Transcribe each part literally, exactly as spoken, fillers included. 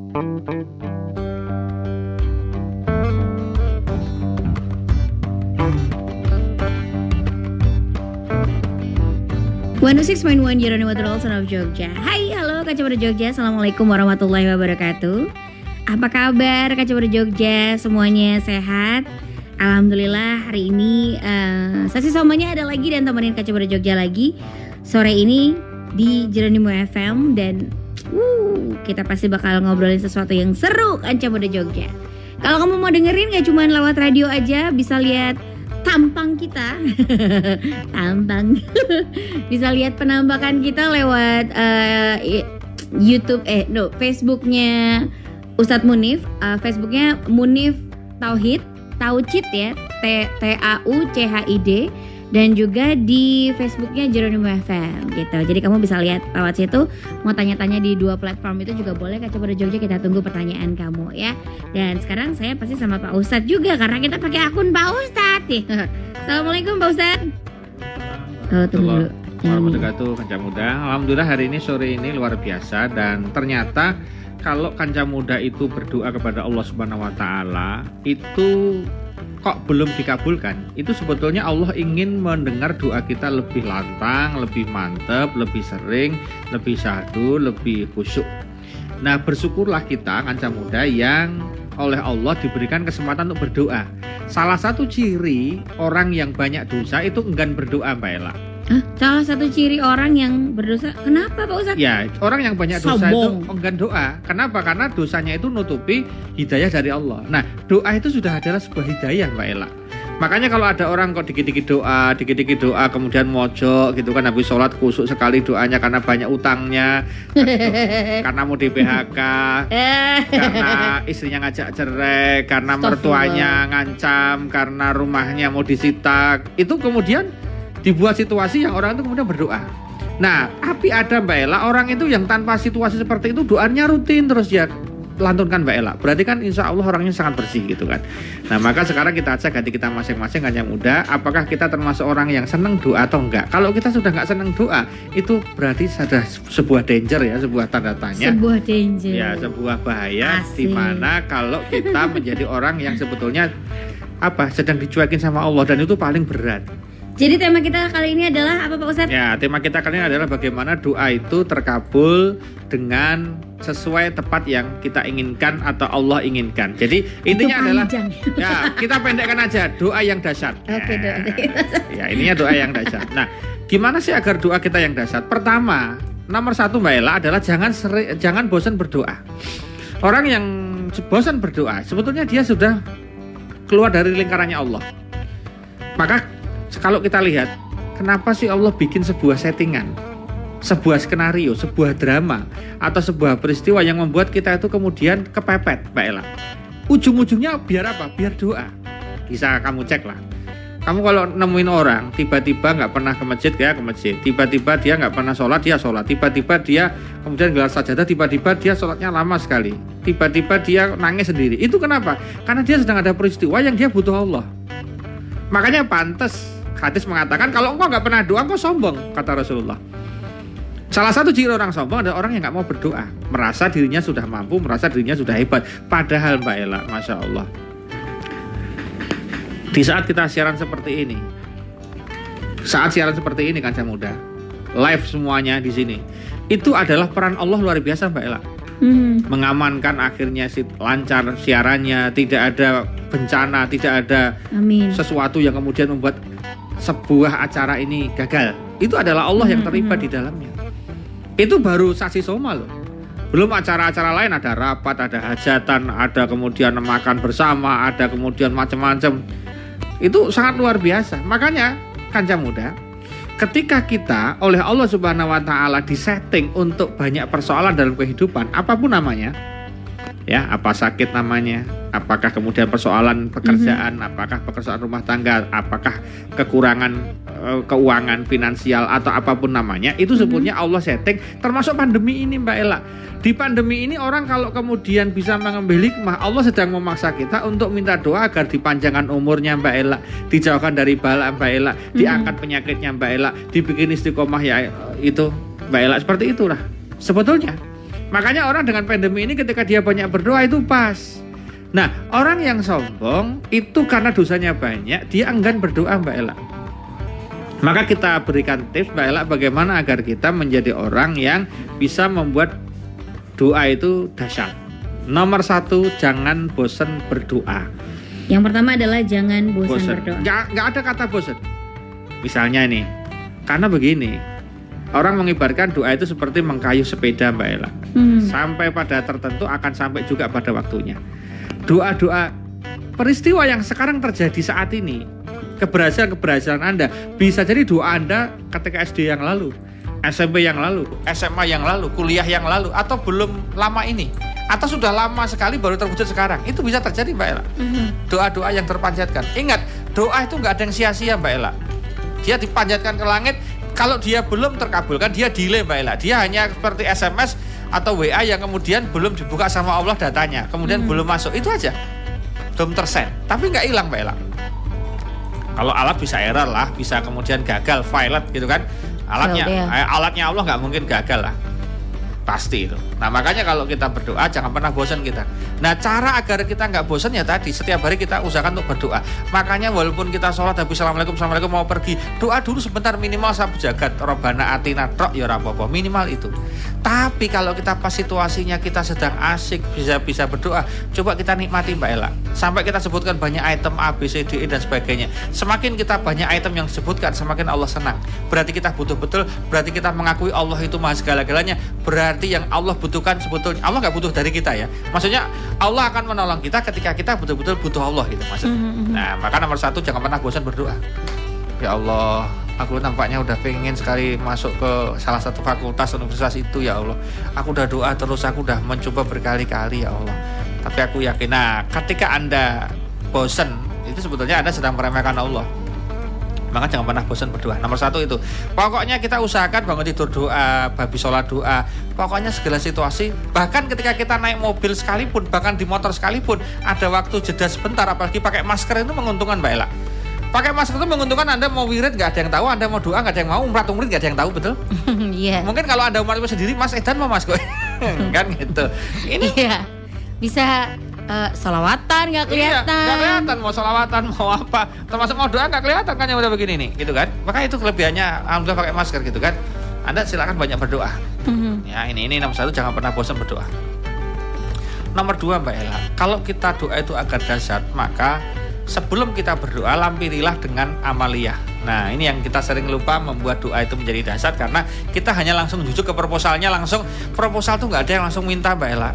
seratus enam koma satu Jeronimo The Sound of Jogja. Hai, halo Kacamata Jogja. Assalamualaikum warahmatullahi wabarakatuh. Apa kabar Kacamata Jogja? Semuanya sehat? Alhamdulillah hari ini uh, sesi somanya ada lagi dan temenin Kacamata Jogja lagi sore ini di Jeronimo F M. Dan uh, kita pasti bakal ngobrolin sesuatu yang seru Kacamata Jogja. Kalau kamu mau dengerin gak cuma lewat radio aja, bisa lihat tampang kita tampang bisa lihat penampakan kita lewat uh, YouTube eh no Facebooknya Ustadz Munif, uh, Facebooknya Munif Tauhid Taucid ya, T T A U C H I D, dan juga di Facebooknya Jeronimo F M gitu. Jadi kamu bisa lihat lewat situ. Mau tanya-tanya di dua platform itu juga boleh. Kacamata Jogja, kita tunggu pertanyaan kamu ya. Dan sekarang saya pasti sama Pak Ustadz juga karena kita pakai akun Pak Ustadz nih. Assalamualaikum Pak Ustadz. Oh, tunggu dulu. Warahmatullahi Kanca Alhamdulillah hari ini sore ini luar biasa, dan ternyata kalau Kanca Muda itu berdoa kepada Allah Subhanahu wa taala itu kok belum dikabulkan. Itu sebetulnya Allah ingin mendengar doa kita lebih lantang, lebih mantap, lebih sering, lebih syahdu, lebih khusyuk. Nah, bersyukurlah kita Kanca Muda yang oleh Allah diberikan kesempatan untuk berdoa. Salah satu ciri orang yang banyak dosa itu enggan berdoa, Mbak Ella. Hah? Salah satu ciri orang yang berdosa, kenapa Pak Ustadz? Ya, orang yang banyak dosa Sombong. itu enggan doa. Kenapa? Karena dosanya itu nutupi hidayah dari Allah. Nah, doa itu sudah adalah sebuah hidayah, Mbak Ella. Makanya kalau ada orang kok dikit-dikit doa, dikit-dikit doa, kemudian mojok gitu kan, habis sholat kusuk sekali doanya karena banyak utangnya, karena mau di P H K, karena istrinya ngajak cerai, karena mertuanya ngancam, karena rumahnya mau disita. Itu kemudian dibuat situasi yang orang itu kemudian berdoa. Nah, tapi ada Mbak Ella, orang itu yang tanpa situasi seperti itu doanya rutin terus ya lantunkan Mbak Ella. Berarti kan insya Allah orangnya sangat bersih gitu kan. Nah, maka sekarang kita ajak ganti kita masing-masing Kanca Muda, apakah kita termasuk orang yang senang doa atau enggak. Kalau kita sudah enggak senang doa, itu berarti ada sebuah danger ya, sebuah tanda tanya. Sebuah danger. Ya, sebuah bahaya. Asik. Dimana kalau kita menjadi orang yang sebetulnya apa sedang dicuekin sama Allah, dan itu paling berat. Jadi tema kita kali ini adalah apa Pak Ustadz? Ya, tema kita kali ini adalah bagaimana doa itu terkabul dengan sesuai tepat yang kita inginkan atau Allah inginkan. Jadi intinya adalah ya kita pendekkan aja doa yang dahsyat. Oke, doa yang dahsyat. Ya, ininya doa yang dahsyat. Nah, gimana sih agar doa kita yang dahsyat? Pertama, nomor satu Mbak Ella adalah jangan seri, jangan bosan berdoa. Orang yang bosan berdoa, sebetulnya dia sudah keluar dari lingkarannya Allah. Maka kalau kita lihat, kenapa sih Allah bikin sebuah settingan, sebuah skenario, sebuah drama, atau sebuah peristiwa yang membuat kita itu kemudian kepepet, Mbak Ella. Ujung-ujungnya biar apa? Biar doa. Bisa kamu cek lah. Kamu kalau nemuin orang, tiba-tiba gak pernah ke masjid, ya ke masjid. Tiba-tiba dia gak pernah sholat, dia sholat. Tiba-tiba dia kemudian gelar sajadah, tiba-tiba dia sholatnya lama sekali. Tiba-tiba dia nangis sendiri. Itu kenapa? Karena dia sedang ada peristiwa yang dia butuh Allah. Makanya pantas hadis mengatakan kalau engkau nggak pernah doa, engkau sombong, kata Rasulullah. Salah satu ciri orang sombong adalah orang yang nggak mau berdoa, merasa dirinya sudah mampu, merasa dirinya sudah hebat. Padahal Mbak Ella, masya Allah, di saat kita siaran seperti ini, saat siaran seperti ini Kanca Muda, live semuanya di sini, itu adalah peran Allah luar biasa Mbak Ella. Hmm. Mengamankan akhirnya lancar siarannya, tidak ada bencana, tidak ada Amin. Sesuatu yang kemudian membuat sebuah acara ini gagal. Itu adalah Allah yang terlibat hmm. di dalamnya. Itu baru saksi soma loh. Belum acara-acara lain, ada rapat, ada hajatan, ada kemudian makan bersama, ada kemudian macam-macam. Itu sangat luar biasa. Makanya Kanca Muda, ketika kita oleh Allah Subhanahu wa taala disetting untuk banyak persoalan dalam kehidupan, apapun namanya, ya, apa sakit namanya, apakah kemudian persoalan pekerjaan, mm-hmm. apakah pekerjaan rumah tangga, apakah kekurangan e, keuangan finansial atau apapun namanya, itu sebetulnya mm-hmm. Allah setting, termasuk pandemi ini Mbak Ella. Di pandemi ini orang kalau kemudian bisa mengambil hikmah, Allah sedang memaksa kita untuk minta doa agar dipanjangkan umurnya Mbak Ella, dijauhkan dari bala Mbak Ella, mm-hmm. diangkat penyakitnya Mbak Ella, dibikin istiqomah ya itu Mbak Ella, seperti itulah sebetulnya. Makanya orang dengan pandemi ini ketika dia banyak berdoa itu pas. Nah, orang yang sombong itu karena dosanya banyak, dia enggan berdoa Mbak Ella. Maka kita berikan tips Mbak Ella bagaimana agar kita menjadi orang yang bisa membuat doa itu dahsyat. Nomor satu, jangan bosan berdoa. Yang pertama adalah jangan bosan, bosan. berdoa. Nggak, nggak ada kata bosan. Misalnya nih, karena begini, orang mengibaratkan doa itu seperti mengkayu sepeda Mbak Ella. Hmm. Sampai pada tertentu akan sampai juga pada waktunya. Doa-doa peristiwa yang sekarang terjadi saat ini, keberhasilan-keberhasilan Anda, bisa jadi doa Anda ketika S D yang lalu, S M P yang lalu, S M A yang lalu, kuliah yang lalu, atau belum lama ini, atau sudah lama sekali baru terwujud sekarang. Itu bisa terjadi Mbak Ella. Mm-hmm. Doa-doa yang terpanjatkan. Ingat, doa itu nggak ada yang sia-sia Mbak Ella. Dia dipanjatkan ke langit. Kalau dia belum terkabulkan, dia delay Mbak Ella. Dia hanya seperti S M S atau W A yang kemudian belum dibuka sama Allah datanya, kemudian mm-hmm. belum masuk. Itu aja, belum tersend. Tapi nggak hilang Mbak Ella. Kalau alat bisa error lah, bisa kemudian gagal, violet gitu kan. Alatnya, oh, eh, alatnya Allah nggak mungkin gagal lah. Pasti itu. Nah makanya kalau kita berdoa jangan pernah bosan kita. Nah cara agar kita nggak bosan ya tadi, setiap hari kita usahakan untuk berdoa. Makanya walaupun kita sholat habis assalamualaikum assalamualaikum mau pergi, doa dulu sebentar minimal sabu jagat Robbana atina tok ya rapopo, minimal itu. Tapi kalau kita pas situasinya kita sedang asik bisa-bisa berdoa, coba kita nikmati Mbak Ella. Sampai kita sebutkan banyak item A, B, C, D, E dan sebagainya. Semakin kita banyak item yang disebutkan, semakin Allah senang. Berarti kita butuh betul, berarti kita mengakui Allah itu maha segala-galanya. Berarti yang Allah butuhkan sebetulnya, Allah nggak butuh dari kita ya. Maksudnya Allah akan menolong kita ketika kita betul-betul butuh Allah gitu maksudnya. Mm-hmm. Nah maka nomor satu, jangan pernah bosan berdoa. Ya Allah, aku nampaknya udah pengen sekali masuk ke salah satu fakultas universitas itu ya Allah. Aku udah doa terus, aku udah mencoba berkali-kali ya Allah. Tapi aku yakin, nah ketika Anda bosan, itu sebetulnya Anda sedang meremehkan Allah. Maka jangan pernah bosan berdoa. Nomor satu itu. Pokoknya kita usahakan bangun tidur doa, habis sholat doa. Pokoknya segala situasi. Bahkan ketika kita naik mobil sekalipun, bahkan di motor sekalipun, ada waktu jeda sebentar. Apalagi pakai masker itu menguntungkan Mbak Ella. Pakai masker itu menguntungkan. Anda mau wirid nggak ada yang tahu, Anda mau doa nggak ada yang mau, umrah umrah nggak ada yang tahu, betul? Iya. Yeah. Mungkin kalau Anda umrah sendiri, Mas Edan mau mas kok, kan gitu. Ini yeah. bisa. Uh, solawatan nggak kelihatan, iya, nggak kelihatan mau solawatan mau apa, termasuk mau doa nggak kelihatan kan yang udah begini nih, gitu kan? Maka itu kelebihannya alhamdulillah pakai masker gitu kan. Anda silakan banyak berdoa. Mm-hmm. Ya ini ini nomor satu, jangan pernah bosan berdoa. Nomor dua Mbak Ella, kalau kita doa itu agar dahsyat, maka sebelum kita berdoa lampirilah dengan amaliyah. Nah ini yang kita sering lupa, membuat doa itu menjadi dahsyat karena kita hanya langsung jujuk ke proposalnya, langsung proposal tuh nggak ada yang langsung minta Mbak Ella.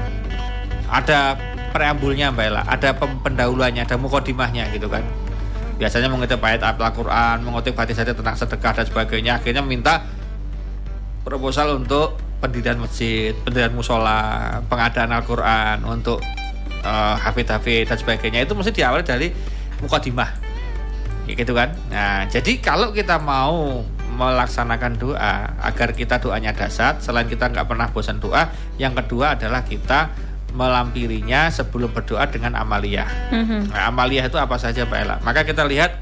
Ada preambulnya Mbak Ella, ada pendahuluannya, ada mukodimahnya gitu kan. Biasanya mengutip ayat Al-Quran, mengutip hadis-hadis tentang sedekah dan sebagainya. Akhirnya minta proposal untuk pendirian masjid, pendirian musola, pengadaan Al-Quran, untuk uh, hafid-hafid dan sebagainya. Itu mesti diawali dari mukodimah gitu kan. Nah jadi kalau kita mau melaksanakan doa agar kita doanya dahsyat, selain kita nggak pernah bosan doa, yang kedua adalah kita melampirinya sebelum berdoa dengan amaliyah. Mm-hmm. Nah, amaliyah itu apa saja Mbak Ella? Maka kita lihat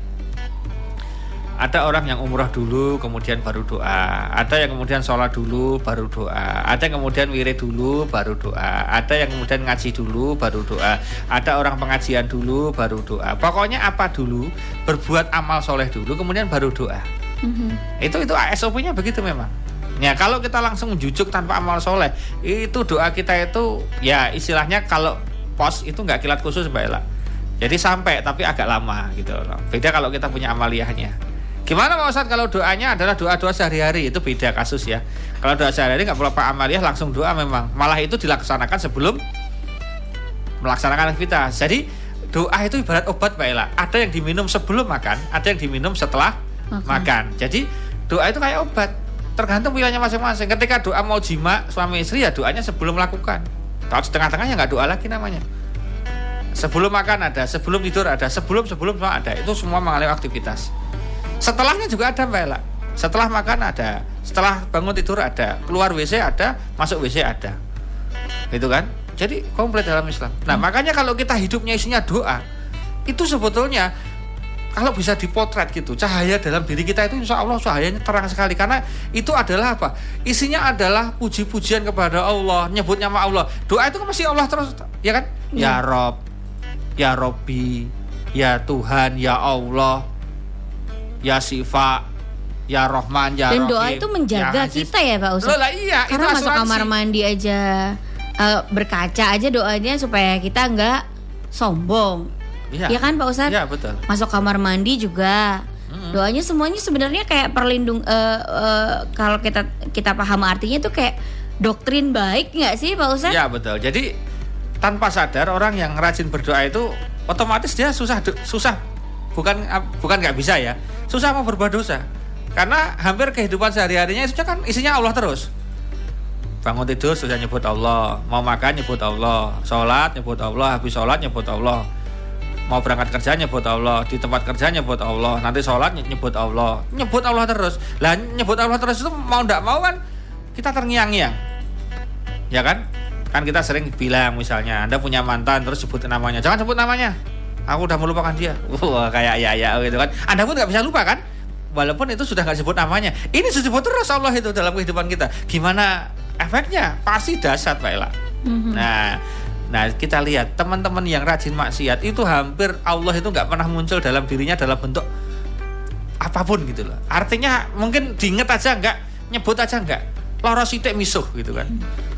ada orang yang umrah dulu kemudian baru doa, ada yang kemudian sholat dulu baru doa, ada yang kemudian wirid dulu baru doa, ada yang kemudian ngaji dulu baru doa, ada orang pengajian dulu baru doa. Pokoknya apa dulu, berbuat amal soleh dulu kemudian baru doa. Mm-hmm. Itu itu S O P-nya begitu memang. Ya kalau kita langsung jujuk tanpa amal soleh, itu doa kita itu ya istilahnya kalau pos itu nggak kilat khusus Mbak Ella. Jadi sampai tapi agak lama gitu. Beda kalau kita punya amaliyahnya. Gimana Pak Ustadz kalau doanya adalah doa-doa sehari-hari, itu beda kasus ya. Kalau doa sehari-hari nggak perlu Pak amaliyah, langsung doa memang. Malah itu dilaksanakan sebelum melaksanakan aktivitas. Jadi doa itu ibarat obat Mbak Ella. Ada yang diminum sebelum makan, ada yang diminum setelah okay. makan. Jadi doa itu kayak obat. Tergantung pilihannya masing-masing. Ketika doa mau jima suami istri ya doanya sebelum melakukan. Kalau setengah-tengahnya nggak doa lagi namanya. Sebelum makan ada, sebelum tidur ada, sebelum-sebelum semua ada. Itu semua mengalami aktivitas. Setelahnya juga ada Mbak Ella. Setelah makan ada, setelah bangun tidur ada, keluar W C ada, masuk W C ada. Gitu kan? Jadi komplit dalam Islam. Nah, hmm. makanya kalau kita hidupnya isinya doa, itu sebetulnya kalau bisa dipotret gitu, cahaya dalam diri kita itu insya Allah cahayanya terang sekali. Karena itu adalah apa? Isinya adalah puji-pujian kepada Allah, nyebut nama Allah. Doa itu kan mesti Allah terus, ya kan? Hmm. Ya Rob, ya Robbi, ya Tuhan, ya Allah, ya Sifa, ya Rahman, ya Rahim. Dan doa itu menjaga ya kita ya Pak Ustadz. Loh, iya, karena masuk kamar mandi aja, uh, berkaca aja doanya supaya kita nggak sombong. Iya ya kan Pak Ustadz? Iya betul. Masuk kamar mandi juga mm-hmm. doanya semuanya sebenarnya kayak perlindung uh, uh, kalau kita kita paham artinya itu kayak doktrin baik nggak sih Pak Ustadz? Iya betul. Jadi tanpa sadar orang yang rajin berdoa itu otomatis dia susah susah bukan bukan nggak bisa ya, susah mau berbuat dosa. Karena hampir kehidupan sehari-harinya itu kan isinya Allah terus. Bangun tidur sudah nyebut Allah, mau makan nyebut Allah, sholat nyebut Allah, habis sholat nyebut Allah, mau berangkat kerja nyebut Allah, di tempat kerja nyebut Allah, nanti sholat nyebut Allah, nyebut Allah terus. Lah nyebut Allah terus itu mau ndak mau kan kita terngiang-ngiang, ya kan? Kan kita sering bilang misalnya Anda punya mantan terus sebutin namanya, jangan sebut namanya, aku udah melupakan dia. Wah kayak ya ya gitu kan. Anda pun nggak bisa lupa kan? Walaupun itu sudah nggak sebut namanya, ini disebut terus Allah itu dalam kehidupan kita. Gimana efeknya? Pasti dahsyat Pak Ela. Mm-hmm. Nah. Nah kita lihat teman-teman yang rajin maksiat itu hampir Allah itu nggak pernah muncul dalam dirinya dalam bentuk apapun gitu loh. Artinya mungkin diinget aja nggak, nyebut aja nggak, loro sithik misuh gitu kan.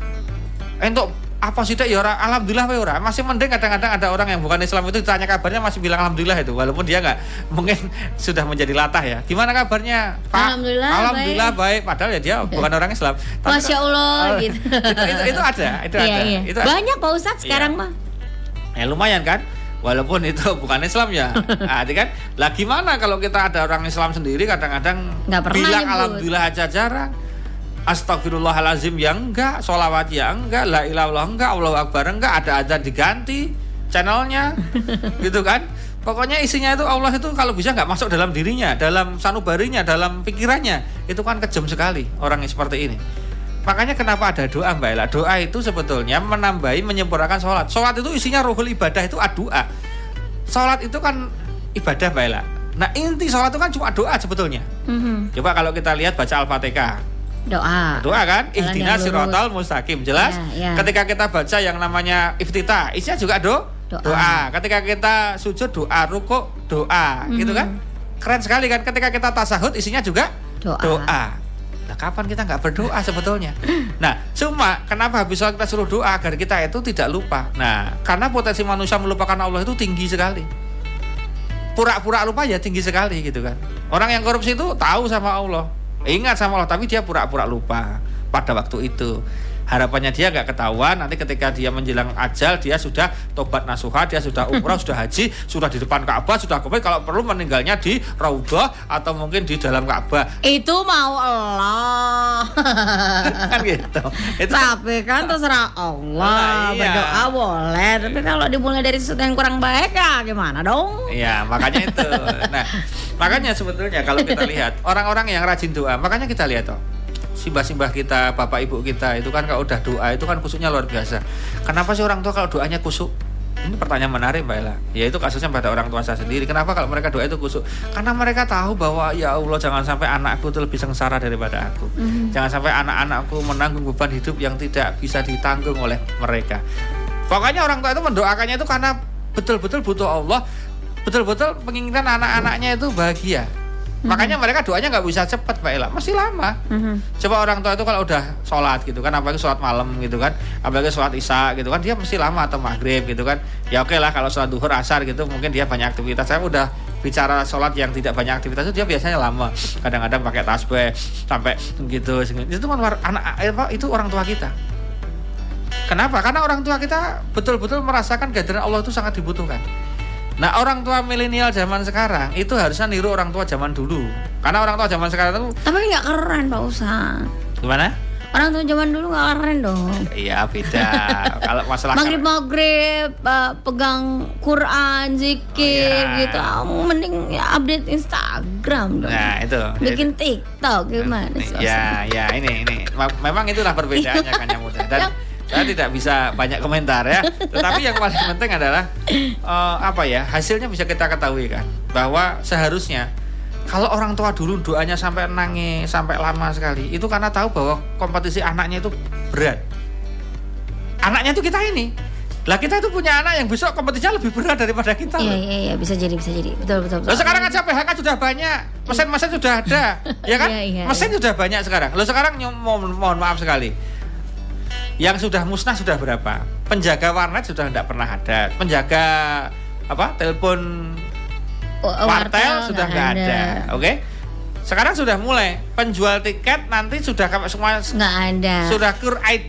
Entuk apa sithik ya ora, alhamdulillah wae ora. Masih mending kadang-kadang ada orang yang bukan Islam itu ditanya kabarnya masih bilang alhamdulillah itu, walaupun dia nggak mungkin sudah menjadi latah ya. Gimana kabarnya Pak? Alhamdulillah, alhamdulillah baik. baik. Padahal ya dia bukan orang Islam. Tapi, Masya Allah oh, gitu. Itu, itu, itu ada, itu iya, ada. Iya. Itu banyak Pak Ustadz sekarang iya. mah. Ya lumayan kan, walaupun itu bukan Islam ya. Nah, kan, lah gimana kalau kita ada orang Islam sendiri kadang-kadang bilang nyebut. Alhamdulillah aja jarang. Astagfirullahalazim ya enggak, sholawat ya enggak, la ilaha illallah enggak, Allahu Akbar enggak, ada azan diganti channelnya, gitu kan? Pokoknya isinya itu Allah itu kalau bisa nggak masuk dalam dirinya, dalam sanubarinya, dalam pikirannya, itu kan kejam sekali orang yang seperti ini. Makanya kenapa ada doa Mbak Ella? Doa itu sebetulnya menambahi, menyempurnakan sholat. Sholat itu isinya ruhul ibadah itu doa. Sholat itu kan ibadah Mbak Ella. Nah inti sholat itu kan cuma doa sebetulnya. Mm-hmm. Coba kalau kita lihat baca Al-Fatihah. Doa. Doa kan? Ihdinas siratal mustaqim. Jelas? Ya, ya. Ketika kita baca yang namanya iftitah, isinya juga do, doa. doa. Ketika kita sujud doa, rukuk doa, mm-hmm. gitu kan? Keren sekali kan? Ketika kita tasahud isinya juga doa. doa. Nah, kapan kita nggak berdoa sebetulnya? Nah, cuma kenapa habis sholat kita suruh doa agar kita itu tidak lupa? Nah, karena potensi manusia melupakan Allah itu tinggi sekali. Pura-pura lupa ya tinggi sekali gitu kan. Orang yang korupsi itu tahu sama Allah, ingat sama Allah, tapi dia pura-pura lupa pada waktu itu. Harapannya dia nggak ketahuan, nanti ketika dia menjelang ajal dia sudah tobat nasuha, dia sudah umrah, sudah haji, sudah di depan Ka'bah, sudah kembali, kalau perlu meninggalnya di Raudhah atau mungkin di dalam Ka'bah. Itu mau Allah. Kan gitu. Itu tapi kan terserah Allah. Nah, iya. Berdoa boleh, tapi kalau dimulai dari sesuatu yang kurang baik ya gimana dong? Iya, makanya itu. Nah, makanya sebetulnya kalau kita lihat orang-orang yang rajin doa, makanya kita lihat toh. Simbah-simbah kita, bapak ibu kita itu kan kalau udah doa itu kan khusyuknya luar biasa. Kenapa sih orang tua kalau doanya khusyuk? Ini pertanyaan menarik Mbak Ella. Ya itu kasusnya pada orang tua saya sendiri. Kenapa kalau mereka doa itu khusyuk? Karena mereka tahu bahwa ya Allah jangan sampai anakku itu lebih sengsara daripada aku. Mm-hmm. Jangan sampai anak-anakku menanggung beban hidup yang tidak bisa ditanggung oleh mereka. Pokoknya orang tua itu mendoakannya itu karena betul-betul butuh Allah, betul-betul menginginkan anak-anaknya itu bahagia. Mm-hmm. Makanya mereka doanya nggak bisa cepat Mbak Ella, masih lama. Mm-hmm. Coba orang tua itu kalau udah sholat gitu kan, apalagi sholat malam gitu kan, apalagi sholat isya gitu kan, dia mesti lama, atau maghrib gitu kan. Ya oke lah kalau sholat duhur asar gitu mungkin dia banyak aktivitas. Saya udah bicara sholat yang tidak banyak aktivitas itu dia biasanya lama, kadang-kadang pakai tasbih sampai gitu. Itu kan anak itu orang tua kita. Kenapa? Karena orang tua kita betul-betul merasakan kehadiran Allah itu sangat dibutuhkan. Nah orang tua milenial zaman sekarang itu harusnya niru orang tua zaman dulu. Karena orang tua zaman sekarang itu tapi nggak keren Pak Ustadz. Gimana? Orang tua zaman dulu nggak keren dong. Iya beda. Kalau masalah maghrib maghrib uh, pegang Quran, zikir oh, ya. gitu. Oh, mending ya update Instagram dong. Nah itu. Bikin itu. TikTok gimana? Ya ya ini ini. Memang itulah perbedaannya kan yang muda. Dan Saya tidak bisa banyak komentar ya. Tetapi yang paling penting adalah uh, apa ya? Hasilnya bisa kita ketahui kan, bahwa seharusnya kalau orang tua dulu doanya sampai nangis sampai lama sekali, itu karena tahu bahwa kompetisi anaknya itu berat. Anaknya itu kita ini. Lah kita itu punya anak yang besok kompetisinya lebih berat daripada kita. Iya iya iya, bisa jadi bisa jadi. Betul betul. betul. Loh, sekarang aja P H K sudah banyak, mesin-mesin sudah ada, ya kan? Iya, iya, mesin iya. sudah banyak sekarang. Loh sekarang mohon, mohon maaf sekali. Yang sudah musnah sudah berapa? Penjaga warnet sudah tidak pernah ada. Penjaga apa? Telepon wartel sudah nggak ada. ada. Oke? Okay? Sekarang sudah mulai penjual tiket nanti sudah semua nggak ada. Sudah Q R I D.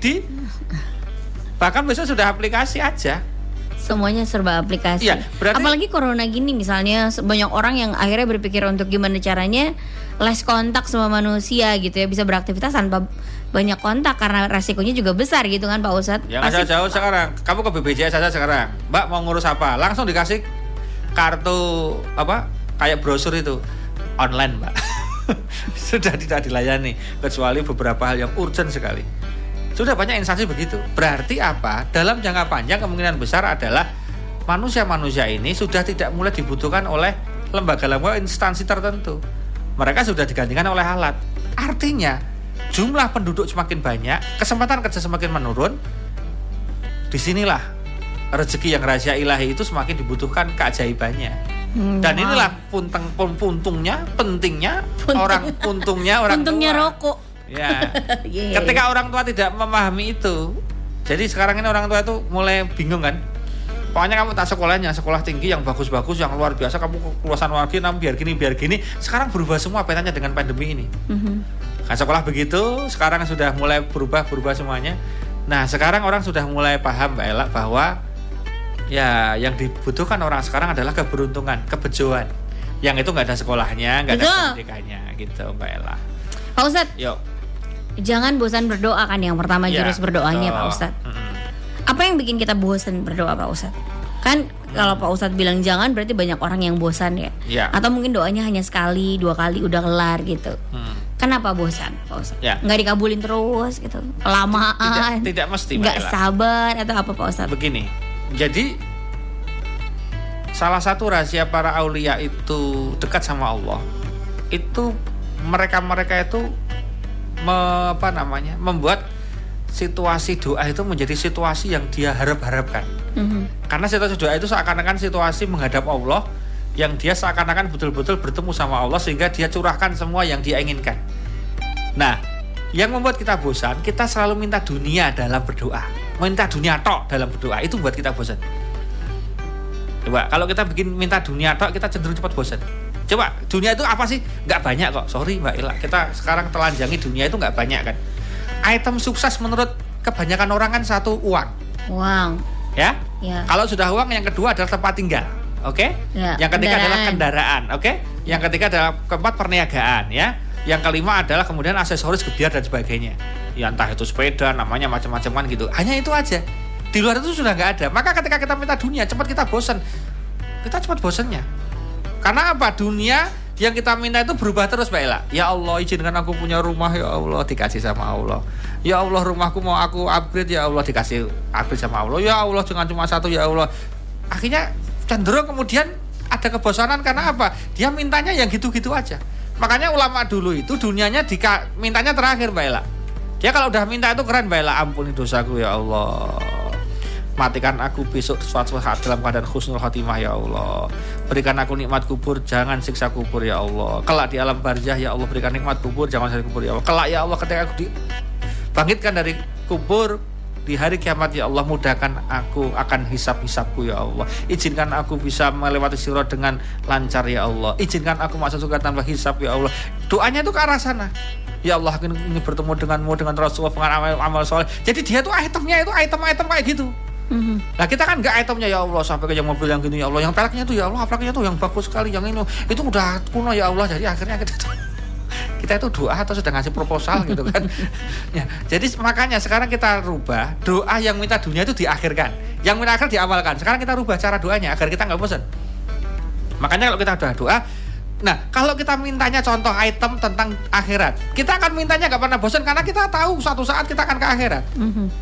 Bahkan besok sudah aplikasi aja. Semuanya serba aplikasi. Ya, berarti, apalagi corona gini misalnya, banyak orang yang akhirnya berpikir untuk gimana caranya less kontak sama manusia gitu ya, bisa beraktivitas tanpa banyak kontak karena resikonya juga besar gitu kan Pak Ustadz. Yang Pasti, jauh sekarang, kamu ke B P J S saja sekarang, Mbak mau ngurus apa? Langsung dikasih kartu apa? Kayak brosur itu online Mbak. Sudah tidak dilayani kecuali beberapa hal yang urgent sekali. Sudah banyak instansi begitu. Berarti apa? Dalam jangka panjang kemungkinan besar adalah manusia-manusia ini sudah tidak mulai dibutuhkan oleh lembaga-lembaga instansi tertentu. Mereka sudah digantikan oleh alat. Artinya jumlah penduduk semakin banyak, kesempatan kerja semakin menurun. Disinilah rezeki yang rahasia ilahi itu semakin dibutuhkan keajaibannya. Hmm, Dan inilah punteng, puntungnya, pentingnya Puntung. orang puntungnya orang puntungnya tua. rokok. Ya, yeah. Ketika orang tua tidak memahami itu, jadi sekarang ini orang tua itu mulai bingung kan. Pokoknya kamu tak sekolahnya, sekolah tinggi yang bagus-bagus, yang luar biasa, kamu kelulusan lagi, nam biar gini, biar gini. Sekarang berubah semua petanya dengan pandemi ini. Mm-hmm. Kan sekolah begitu, sekarang sudah mulai berubah-berubah semuanya. Nah, sekarang orang sudah mulai paham Mbak Ella bahwa ya yang dibutuhkan orang sekarang adalah keberuntungan, kebejoan. Yang itu nggak ada sekolahnya, nggak ada pendidikannya, gitu Mbak Ella. Pak Ustadz. Yuk. Jangan bosan berdoa kan yang pertama ya, jurus berdoanya betul. Pak Ustadz. Mm-hmm. Apa yang bikin kita bosan berdoa Pak Ustadz? Kan mm. kalau Pak Ustadz bilang jangan berarti banyak orang yang bosan ya. ya. Atau mungkin doanya hanya sekali, dua kali udah kelar gitu. Mm. Kenapa bosan Pak Ustadz? Ya. Nggak dikabulin terus gitu, kelamaan. Tidak, tidak mesti. Nggak sabar atau apa Pak Ustadz? Begini, jadi salah satu rahasia para aulia itu dekat sama Allah. Itu mereka-mereka itu Me, apa namanya membuat situasi doa itu menjadi situasi yang dia harap-harapkan. Mm-hmm. Karena situasi doa itu seakan-akan situasi menghadap Allah yang dia seakan-akan betul-betul bertemu sama Allah sehingga dia curahkan semua yang dia inginkan. Nah, yang membuat kita bosan, kita selalu minta dunia dalam berdoa, minta dunia tok dalam berdoa, itu buat kita bosan. Coba kalau kita bikin minta dunia tok, kita cenderung cepat bosan. Coba dunia itu apa sih? Nggak banyak kok. Sorry Mbak Ella, kita sekarang telanjangi dunia itu nggak banyak kan. Item sukses menurut kebanyakan orang kan satu uang. Uang. Ya. ya. Kalau sudah uang, yang kedua adalah tempat tinggal. Oke. Okay? Ya, yang ketiga kendaraan. adalah kendaraan. Oke. Okay? Yang ketiga adalah keempat perniagaan. Ya. Yang kelima adalah kemudian aksesoris gebiar dan sebagainya. Ya entah itu sepeda, namanya macam-macam kan gitu. Hanya itu aja. Di luar itu sudah nggak ada. Maka ketika kita minta dunia, cepat kita bosan. Kita cepat bosannya. Karena apa? Dunia yang kita minta itu berubah terus Mbak Ella. Ya Allah, izinkan aku punya rumah, ya Allah, dikasih sama Allah. Ya Allah, rumahku mau aku upgrade, ya Allah, dikasih upgrade sama Allah. Ya Allah, jangan cuma satu, ya Allah. Akhirnya cenderung kemudian ada kebosanan karena apa? Dia mintanya yang gitu-gitu aja. Makanya ulama dulu itu dunianya dika, mintanya terakhir Mbak Ella. Dia kalau udah minta itu keren Mbak Ella, ampuni dosaku ya Allah. Matikan aku besok suatu saat dalam keadaan husnul khotimah ya Allah. Berikan aku nikmat kubur, jangan siksa kubur ya Allah. Kelak di alam barzah ya Allah, berikan nikmat kubur, jangan siksa kubur ya Allah. Kelak ya Allah ketika aku dibangkitkan dari kubur di hari kiamat ya Allah, mudahkan aku akan hisab-hisabku ya Allah. Izinkan aku bisa melewati sirat dengan lancar ya Allah. Izinkan aku masuk surga tanpa hisab ya Allah. Doanya itu ke arah sana. Ya Allah, aku ingin bertemu denganmu, dengan Rasulullah, dengan amal, amal soleh. Jadi dia tuh itemnya itu item-item kayak gitu. Mm-hmm. Nah kita kan nggak itemnya ya Allah sampai ke yang mobil yang gini ya Allah, yang peleknya tuh ya Allah, peleknya tuh yang bagus sekali, yang ini itu udah kuno ya Allah. Jadi akhirnya kita tuh, kita itu doa atau sudah ngasih proposal gitu kan. Ya, jadi makanya sekarang kita rubah doa yang minta dunia itu diakhirkan, yang minta akhir diawalkan. Sekarang kita rubah cara doanya agar kita nggak bosan. Makanya kalau kita udah doa, nah kalau kita mintanya contoh item tentang akhirat, kita akan mintanya nggak pernah bosan karena kita tahu suatu saat kita akan ke akhirat. Mm-hmm.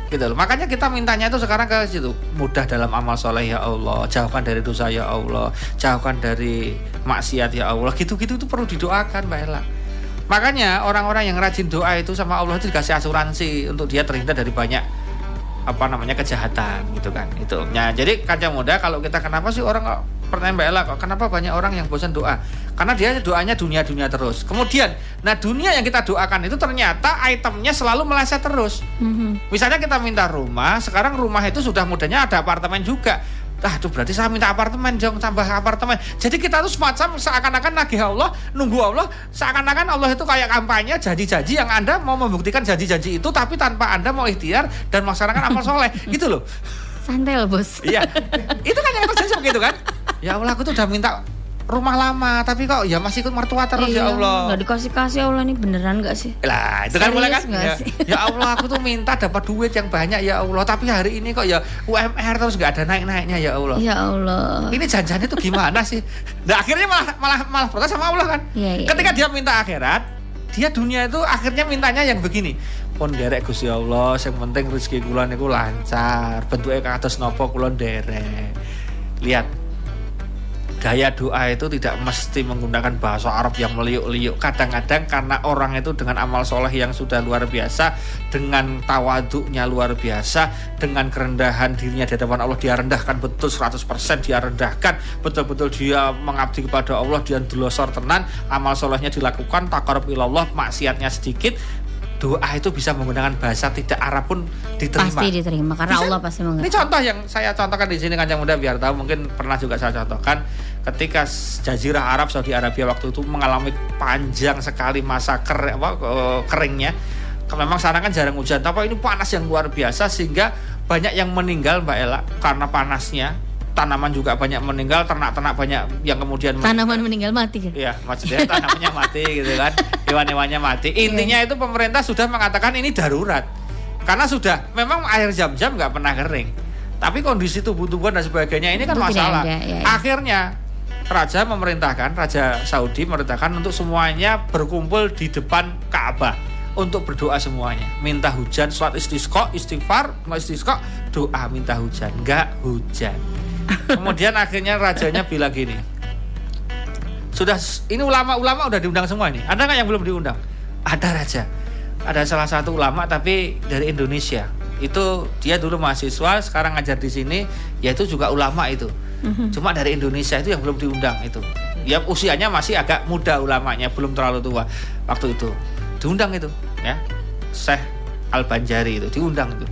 gitu loh. Makanya kita mintanya itu sekarang ke situ, mudah dalam amal soleh ya Allah, jauhkan dari dosa ya Allah, jauhkan dari maksiat ya Allah, gitu-gitu itu perlu didoakan Mbak Ella. Makanya orang-orang yang rajin doa itu sama Allah itu dikasih asuransi untuk dia terhindar dari banyak apa namanya kejahatan gitu kan. Itu. Nah, jadi kaca muda kalau kita kenapa sih orang pertanyaan Mbak Ella kok kenapa banyak orang yang bosan doa? Karena dia doanya dunia-dunia terus. Kemudian, nah dunia yang kita doakan itu ternyata itemnya selalu meleset terus. Mm-hmm. Misalnya kita minta rumah, sekarang rumah itu sudah mudahnya ada apartemen juga. Ah, itu berarti saya minta apartemen, jong tambah apartemen. Jadi kita tuh semacam seakan-akan nagih Allah, nunggu Allah, seakan-akan Allah itu kayak kampanye janji-janji yang Anda mau membuktikan janji-janji itu, tapi tanpa Anda mau ikhtiar dan melaksanakan amal soleh, gitu loh. Santai loh bos. Iya, itu kan yang terjadi begitu kan? Ya Allah, aku tuh udah minta rumah lama, tapi kok ya masih ikut mertua terus. Iya, ya Allah. Nggak dikasih-kasih Allah nih, beneran nggak sih? Lah itu kan mulai kan ya, ya Allah aku tuh minta dapat duit yang banyak ya Allah, tapi hari ini kok ya U M R terus nggak ada naik-naiknya ya Allah. Ya Allah. Ini janjiannya tuh gimana sih? Nah akhirnya malah malah malah protes sama Allah kan. Ya, ya, Ketika ya. dia minta akhirat, dia dunia itu akhirnya mintanya yang begini. Pun derek Gusti Allah, yang penting rezeki kula niku lancar, bentuke kados napa kula nderek. Lihat. Gaya doa itu tidak mesti menggunakan bahasa Arab yang meliuk-liuk. Kadang-kadang karena orang itu dengan amal soleh yang sudah luar biasa, dengan tawaduknya luar biasa, dengan kerendahan dirinya di hadapan Allah, dia rendahkan betul seratus persen, dia rendahkan betul-betul, dia mengabdi kepada Allah, dia delosor tenan, amal solehnya dilakukan, taqarrub ilallah, maksiatnya sedikit. Doa itu bisa menggunakan bahasa tidak Arab pun diterima. Pasti diterima karena bisa, Allah pasti mengerti. Ini contoh yang saya contohkan di sini Kanjeng Muda biar tahu, mungkin pernah juga saya contohkan ketika Jazirah Arab Saudi Arabia waktu itu mengalami panjang sekali masa ker, apa, keringnya. Memang sana kan jarang hujan, tapi ini panas yang luar biasa sehingga banyak yang meninggal Mbak Ella karena panasnya. Tanaman juga banyak meninggal, ternak-ternak banyak yang kemudian tanaman meninggal mati kan? Iya, maksudnya tanamannya mati gitu kan, hewan-hewannya mati. Intinya itu pemerintah sudah mengatakan ini darurat karena sudah memang air jam-jam nggak pernah kering, tapi kondisi tubuh-tubuhan dan sebagainya ini kan itu masalah. Ada, ya, ya. Akhirnya Raja memerintahkan, Raja Saudi memerintahkan untuk semuanya berkumpul di depan Ka'bah untuk berdoa semuanya, minta hujan, sholat istisqa, istighfar, istisqa, doa minta hujan, nggak hujan. Kemudian akhirnya rajanya bilang gini, sudah ini ulama-ulama udah diundang semua nih, ada nggak yang belum diundang? Ada Raja, ada salah satu ulama tapi dari Indonesia, itu dia dulu mahasiswa, sekarang ngajar di sini, yaitu juga ulama itu, mm-hmm. cuma dari Indonesia itu yang belum diundang itu, ya usianya masih agak muda ulamanya, belum terlalu tua waktu itu, diundang itu, ya Syekh Al-Banjari itu diundang itu.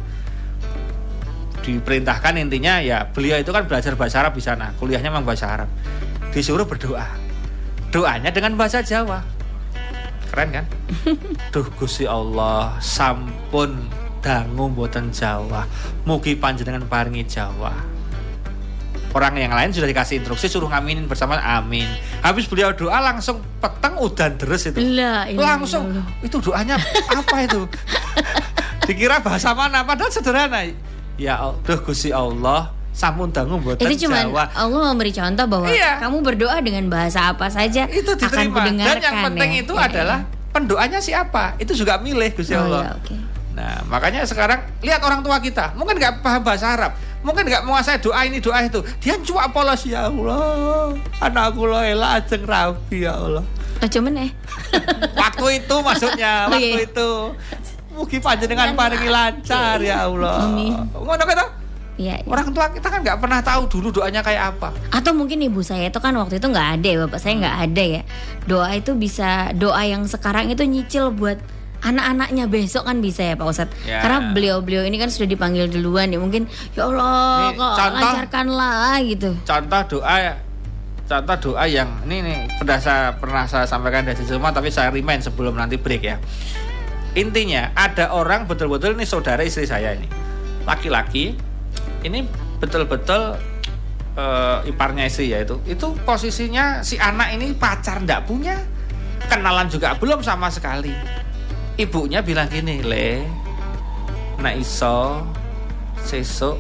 Diperintahkan intinya ya beliau itu kan belajar bahasa Arab di sana, kuliahnya memang bahasa Arab, disuruh berdoa, doanya dengan bahasa Jawa, keren kan? Duh Gusti Allah, sampun dangu mboten Jawa, mugi panjenengan paringi Jawa. Orang yang lain sudah dikasih instruksi suruh ngaminin bersama, amin. Habis beliau doa langsung peteng udan deres itu, La, langsung itu doanya apa itu? Dikira bahasa mana? Padahal sederhana. Ya Allah, Gusti Allah, sampun dangu mboten Jawa. Itu cuma Allah memberi contoh bahwa iya. kamu berdoa dengan bahasa apa saja itu akan kudengarkan. Dan yang penting ya, itu ya, adalah ya. pendoanya siapa, itu juga milih Gusti oh, Allah. Ya, okay. Nah makanya sekarang lihat orang tua kita, mungkin nggak paham bahasa Arab, mungkin nggak menguasai doa ini doa itu, dia cuma polos, ya Allah, anakku lo elak ajeng rabi ya Allah. Oh, cuman eh. Waktu itu maksudnya, waktu oh, iya. itu. Mugi panjenengan paringi lancar ya Allah. Ngono kata? Iya, iya. Orang tua kita kan nggak pernah tahu dulu doanya kayak apa. Atau mungkin ibu saya itu kan waktu itu nggak ada ya, bapak saya nggak ada ya. Doa itu bisa, doa yang sekarang itu nyicil buat anak-anaknya besok kan bisa ya Pak Ustadz ya. Karena beliau-beliau ini kan sudah dipanggil duluan ya, mungkin ya Allah nih, kok contoh, lancarkanlah gitu. Contoh doa ya. Contoh doa yang ini nih pernah saya pernah saya sampaikan dari semua, tapi saya remind sebelum nanti break ya. Intinya ada orang betul-betul ini saudara istri saya ini, laki-laki, ini betul-betul uh, iparnya istri ya itu, itu posisinya si anak ini pacar ndak punya, kenalan juga belum sama sekali. Ibunya bilang gini, le, nak iso, sesuk,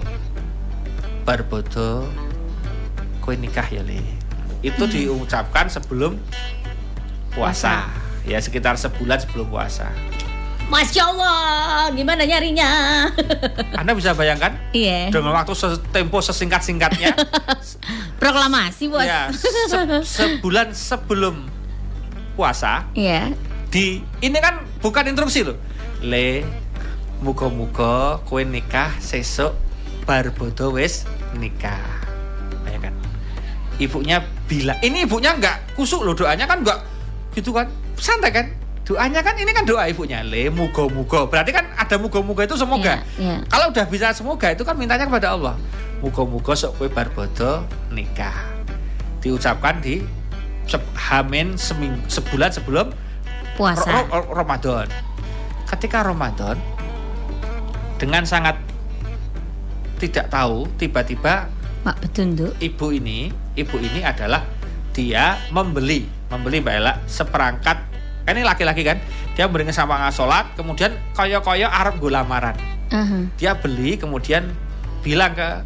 barbodo, kowe nikah ya le. Itu hmm. diucapkan sebelum puasa, ya sekitar sebulan sebelum puasa. Masya Allah, gimana nyarinya? Anda bisa bayangkan? Iya. Dengan waktu tempo sesingkat-singkatnya. Proklamasi, Bos. Ya, se- sebulan sebelum puasa. Iya. Di ini kan bukan instruksi loh. Le, muga-muga kowe nikah sesuk bar bodo wis nikah. Bayangkan. Ibunya bilang, ini ibunya enggak kusuk loh doanya kan enggak gitu kan. Santai kan? Doanya kan ini kan doa ibunya, le muga-muga. Berarti kan ada muga-muga itu semoga. Yeah, yeah. Kalau udah bisa semoga itu kan mintanya kepada Allah. Muga-muga sok kowe bar bodo nikah. Diucapkan di se- Hamin seminggu, sebulan sebelum puasa ro- ro- Ramadan. Ketika Ramadan dengan sangat tidak tahu tiba-tiba Mak Betunduk. Ibu ini, ibu ini adalah dia membeli, membeli Mbak Ella seperangkat. Kan ini laki-laki kan, dia beri sama sholat, kemudian koyo-koyo arep go lamaran. Uh-huh. Dia beli, kemudian bilang ke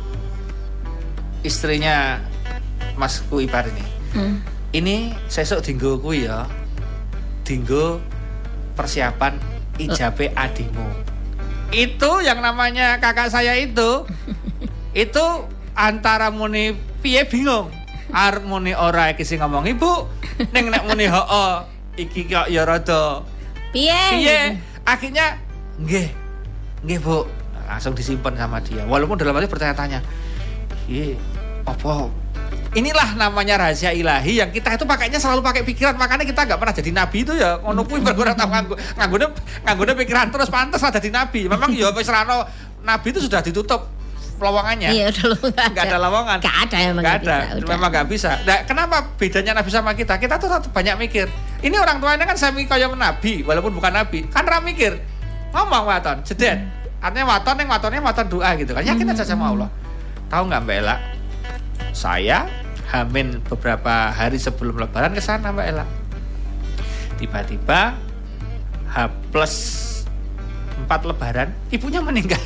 istrinya Mas Kuibar ini, uh. ini sesuk dinggo kuwi ya, dinggo persiapan ijabe uh. adimu. Itu yang namanya kakak saya itu, itu antara muni piye bingung, arep muni ora iki sing ngomong ibu, ning nek muni hoo. Iki kok ya rada piye piye akhirnya nggih nggih Bu, langsung disimpan sama dia walaupun dalam hati bertanya-tanya iya apa inilah namanya rahasia ilahi yang kita itu pakainya selalu pakai pikiran, makanya kita nggak pernah jadi nabi itu ya ngono kuwi berkurang tahu nganggo nganggone nganggone pikiran terus pantas lah jadi nabi. Memang ya wis rano nabi itu sudah ditutup lowongannya. Iya, udah nggak ada. ada lowongan. Nggak ada, memang nggak ada. Bisa, memang nggak bisa. Nah, kenapa bedanya Nabi sama kita? Kita tuh banyak mikir. Ini orang tuanya kan sami kaya Nabi, walaupun bukan Nabi. Kan ra mikir. Ngomong waton, jedet. Artinya waton yang watonnya waton doa gitu kan. Yakin aja sama Allah. Tahu nggak Mbak Ella? Saya Hamin beberapa hari sebelum Lebaran ke sana Mbak Ella. Tiba-tiba H plus empat Lebaran, ibunya meninggal.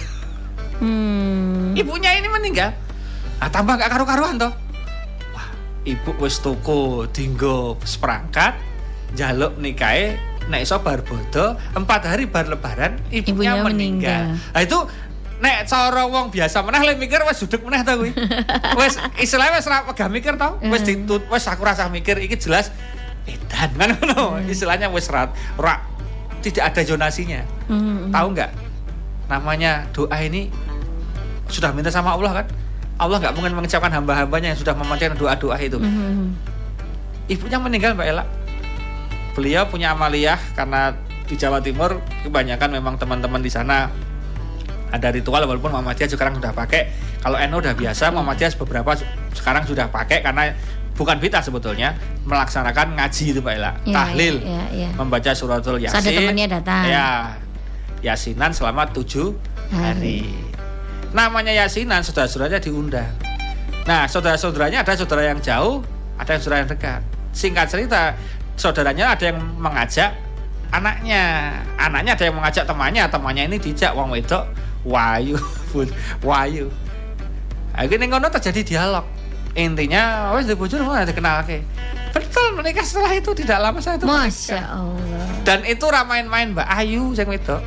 Hmm. Ibunya ini meninggal. Ah tambah gak karu-karuan toh. Wah, ibu wis tuku dinggo seperangkat njaluk nikahe nek iso bar bodo empat hari bar Lebaran ibunya, ibunya meninggal. Nah itu nek cara wong biasa meneh le mikir wis duduk meneh to kuwi. Wis istilahnya wis ora pegah mikir to. Wis ditut wis aku rasa mikir iki jelas edan kan ngono. Istilahnya wis ora ora tidak ada zonasinya. Hmm. Tahu enggak? Namanya doa ini sudah minta sama Allah kan? Allah nggak mungkin mengucapkan hamba-hambanya yang sudah memanjatkan doa-doa itu. Mm-hmm. Ibunya meninggal Mbak Ella. Beliau punya amaliyah karena di Jawa Timur kebanyakan memang teman-teman di sana ada ritual, walaupun Muhammadiyah sekarang sudah pakai. Kalau N U udah biasa, Muhammadiyah beberapa sekarang sudah pakai karena bukan bid'ah sebetulnya melaksanakan ngaji itu Mbak Ella. Ya, tahlil, ya, ya, ya. Membaca suratul Yasin. Ada temannya datang. Ya, Yasinan selama tujuh hari. hari. Namanya Yasinan, saudara-saudaranya diundang. Nah, saudara-saudaranya ada saudara yang jauh, ada yang saudara yang dekat. Singkat cerita, saudaranya ada yang mengajak anaknya, anaknya ada yang mengajak temannya, temannya ini dijak wong wedok, wayu, wayu. Akhirnya ngono terjadi dialog. Intinya, wes di bojone mau dikenalke. Betul, menikah setelah itu tidak lama saya itu menikah. Masya Allah. Dan itu ramain-main Mbak Ayu sing wedok.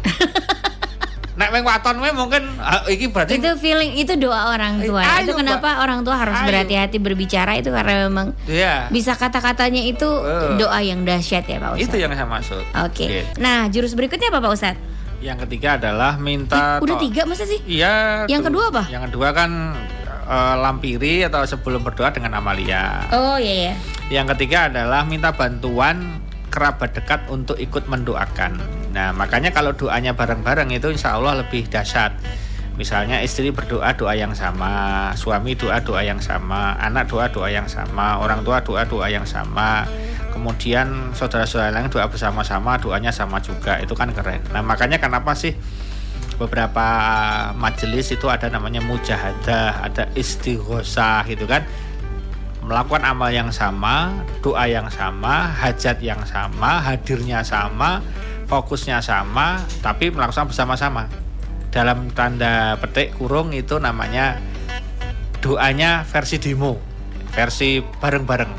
Nek wong waton we mungkin uh, iki berarti itu feeling, itu doa orang tua. Ayu, itu kenapa Mbak. Orang tua harus Ayu. berhati-hati berbicara itu karena memang yeah. bisa kata-katanya itu uh. doa yang dahsyat ya Pak Ustadz. Itu yang saya maksud. Oke. Okay. Gitu. Nah, jurus berikutnya apa Pak Ustadz? Yang ketiga adalah minta. Eh, udah to- tiga masa sih? Iya. Yang kedua apa? Yang kedua kan uh, lampiri atau sebelum berdoa dengan amalia. Oh iya. Yeah. Yang ketiga adalah minta bantuan kerabat dekat untuk ikut mendoakan. Nah, makanya kalau doanya bareng-bareng itu insya Allah lebih dahsyat. Misalnya istri berdoa doa yang sama, suami doa doa yang sama, anak doa doa yang sama, orang tua doa doa yang sama, kemudian saudara-saudara lain doa bersama-sama, doanya sama juga. Itu kan keren. Nah, makanya kenapa sih beberapa majelis itu ada namanya mujahadah, ada istighosah gitu kan, melakukan amal yang sama, doa yang sama, hajat yang sama, hadirnya sama, fokusnya sama, tapi melakukan bersama-sama. Dalam tanda petik kurung itu namanya doanya versi demo, versi bareng-bareng.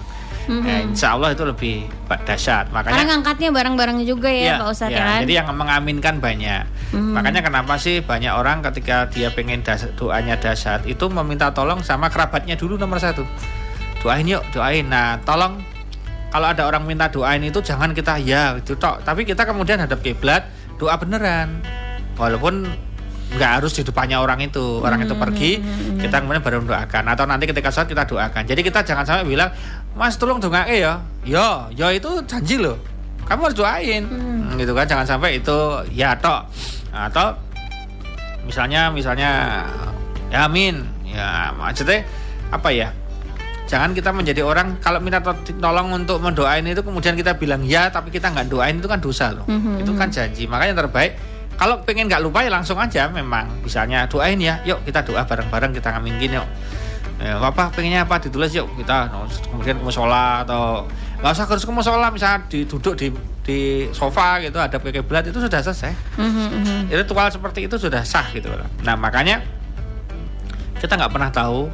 mm-hmm. ya, insya Allah itu lebih dahsyat. Makanya karena ngangkatnya bareng-bareng juga ya, ya Pak Ustadz ya, ya kan? Jadi yang mengaminkan banyak. Mm-hmm. Makanya kenapa sih banyak orang ketika dia pengen das- doanya dahsyat itu meminta tolong sama kerabatnya dulu nomor satu. Doain yuk, doain. Nah, tolong kalau ada orang minta doain itu jangan kita ya gitu tok, tapi kita kemudian hadap kiblat, doa beneran. Walaupun nggak harus di depannya orang itu, orang hmm, itu pergi, hmm, kita kemudian baru mendoakan. Atau nanti ketika sholat kita doakan. Jadi kita jangan sampai bilang, Mas tolong doain ya, yo, yo itu janji loh, kamu harus doain, hmm. gitu kan. Jangan sampai itu ya tok. Atau misalnya, misalnya, ya amin, ya maksudnya apa ya? Jangan kita menjadi orang kalau minta tolong untuk mendoain itu kemudian kita bilang ya, tapi kita nggak doain itu kan dosa loh, hmm, itu kan janji. Makanya yang terbaik. Kalau pengen nggak lupa ya langsung aja memang. Misalnya doain ya, yuk kita doa bareng-bareng, kita ngaminkin yuk. Ya, apa pengennya apa ditulis yuk kita. No, kemudian ke musola atau nggak usah harus ke musola, misalnya duduk di di sofa gitu, ada kiblat itu sudah selesai. Mm-hmm. Ritual seperti itu sudah sah gitu. Nah makanya kita nggak pernah tahu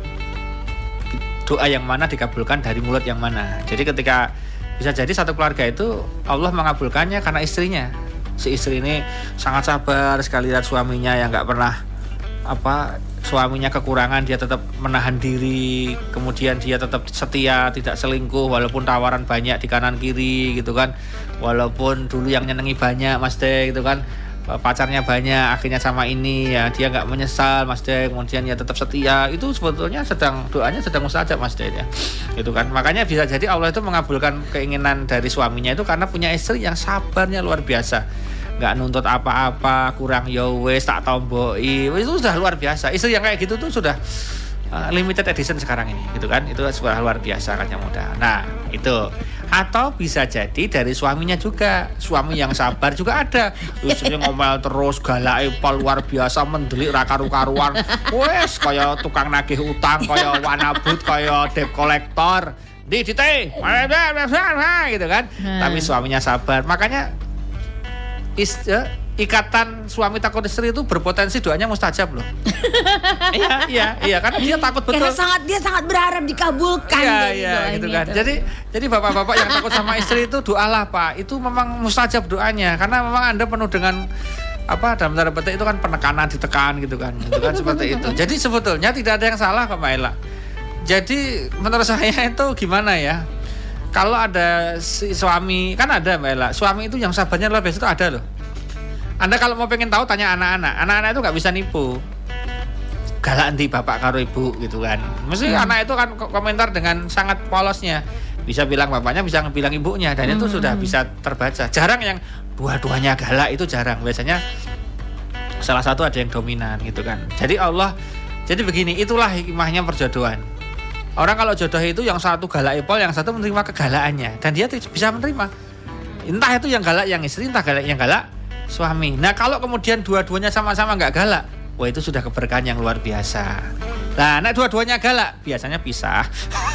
doa yang mana dikabulkan dari mulut yang mana. Jadi ketika bisa jadi satu keluarga itu Allah mengabulkannya karena istrinya. Si istri ini sangat sabar sekali lihat suaminya yang nggak pernah apa suaminya kekurangan, dia tetap menahan diri, kemudian dia tetap setia, tidak selingkuh walaupun tawaran banyak di kanan kiri gitu kan, walaupun dulu yang nyenengi banyak Mas De gitu kan, pacarnya banyak, akhirnya sama ini ya dia nggak menyesal Mas De, kemudian dia tetap setia. Itu sebetulnya sedang doanya sedang mustajab Mas De ya, gitu kan. Makanya bisa jadi Allah itu mengabulkan keinginan dari suaminya itu karena punya istri yang sabarnya luar biasa, nggak nuntut apa-apa, kurang yo wes tak tomboi, itu sudah luar biasa. Istri yang kayak gitu tuh sudah uh, limited edition sekarang ini, gitu kan. Itu sudah luar biasa kan yang muda. Nah itu. Atau bisa jadi dari suaminya juga, suami yang sabar juga ada. Istrinya ngomel terus, galak pol luar biasa, mendelik ra karu-karuan. Wes kaya tukang nagih utang, kaya wanabut, kaya debt collector. Di di teh, gitu kan. Hmm. Tapi suaminya sabar. Makanya is, uh, ikatan suami takut istri itu berpotensi doanya mustajab loh. Iya, iya, iya, karena dia takut betul. Karena sangat dia sangat berharap dikabulkan. Iya, iya, gitu kan. Itu. Jadi, jadi bapak-bapak yang takut sama istri itu doalah Pak. Itu memang mustajab doanya, karena memang Anda penuh dengan apa dalam tanda petik itu kan penekanan, ditekan gitu kan, gitu kan seperti itu. Jadi sebetulnya tidak ada yang salah Pak Maila. Jadi menurut saya itu gimana ya? Kalau ada si suami, kan ada Mbak Ella, suami itu yang sabarnya luar biasa itu ada loh. Anda kalau mau pengen tahu tanya anak-anak, anak-anak itu nggak bisa nipu. Galak nanti bapak karo ibu gitu kan. Mesti hmm. anak itu kan komentar dengan sangat polosnya. Bisa bilang bapaknya, bisa bilang ibunya, dan hmm. itu sudah bisa terbaca. Jarang yang dua-duanya galak, itu jarang. Biasanya salah satu ada yang dominan gitu kan. Jadi Allah, jadi begini, itulah hikmahnya perjodohan. Orang kalau jodoh itu yang satu galak ipol, yang satu menerima kegalaannya, dan dia bisa menerima. Entah itu yang galak yang istri, entah galak yang galak suami. Nah kalau kemudian dua-duanya sama-sama nggak galak, wah itu sudah keberkahan yang luar biasa. Nah, nah dua-duanya galak, biasanya pisah.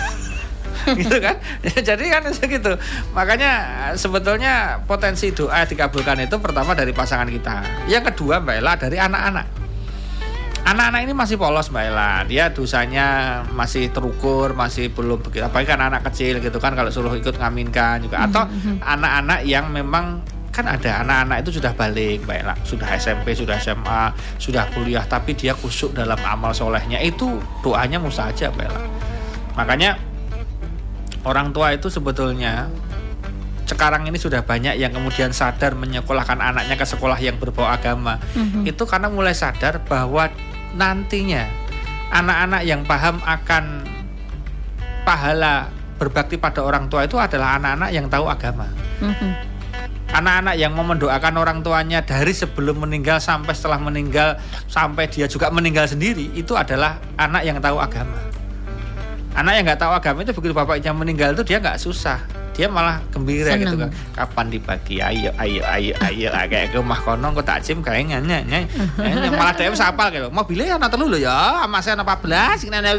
Gitu kan? Jadi kan segitu. Makanya sebetulnya potensi doa dikabulkan itu pertama dari pasangan kita. Yang kedua Mbak Ella dari anak-anak. Anak-anak ini masih polos Mbak Ella. Dia dosanya masih terukur, masih belum begitu. Apalagi kan anak kecil gitu kan, kalau suruh ikut ngaminkan juga. Atau mm-hmm. anak-anak yang memang kan ada anak-anak itu sudah balik Mbak Ella, sudah S M P, sudah S M A, sudah kuliah, tapi dia khusyuk dalam amal solehnya, itu doanya mustajab Mbak Ella. Makanya orang tua itu sebetulnya sekarang ini sudah banyak yang kemudian sadar menyekolahkan anaknya ke sekolah yang berbau agama. Mm-hmm. Itu karena mulai sadar bahwa nantinya anak-anak yang paham akan pahala berbakti pada orang tua itu adalah anak-anak yang tahu agama. Mm-hmm. Anak-anak yang mau mendoakan orang tuanya dari sebelum meninggal sampai setelah meninggal, sampai dia juga meninggal sendiri, itu adalah anak yang tahu agama. Anak yang nggak tahu agama itu begitu bapaknya meninggal itu dia nggak susah, dia malah gembira. Seneng. Gitu kan. Kapan dibagi? Ayo, ayo, ayo, ayo, kayak ke rumah kono, kok takjim kayaknya nyanyi, malah dia sapal gitu. Mobilnya anak telu loh ya, masih anak empat belas,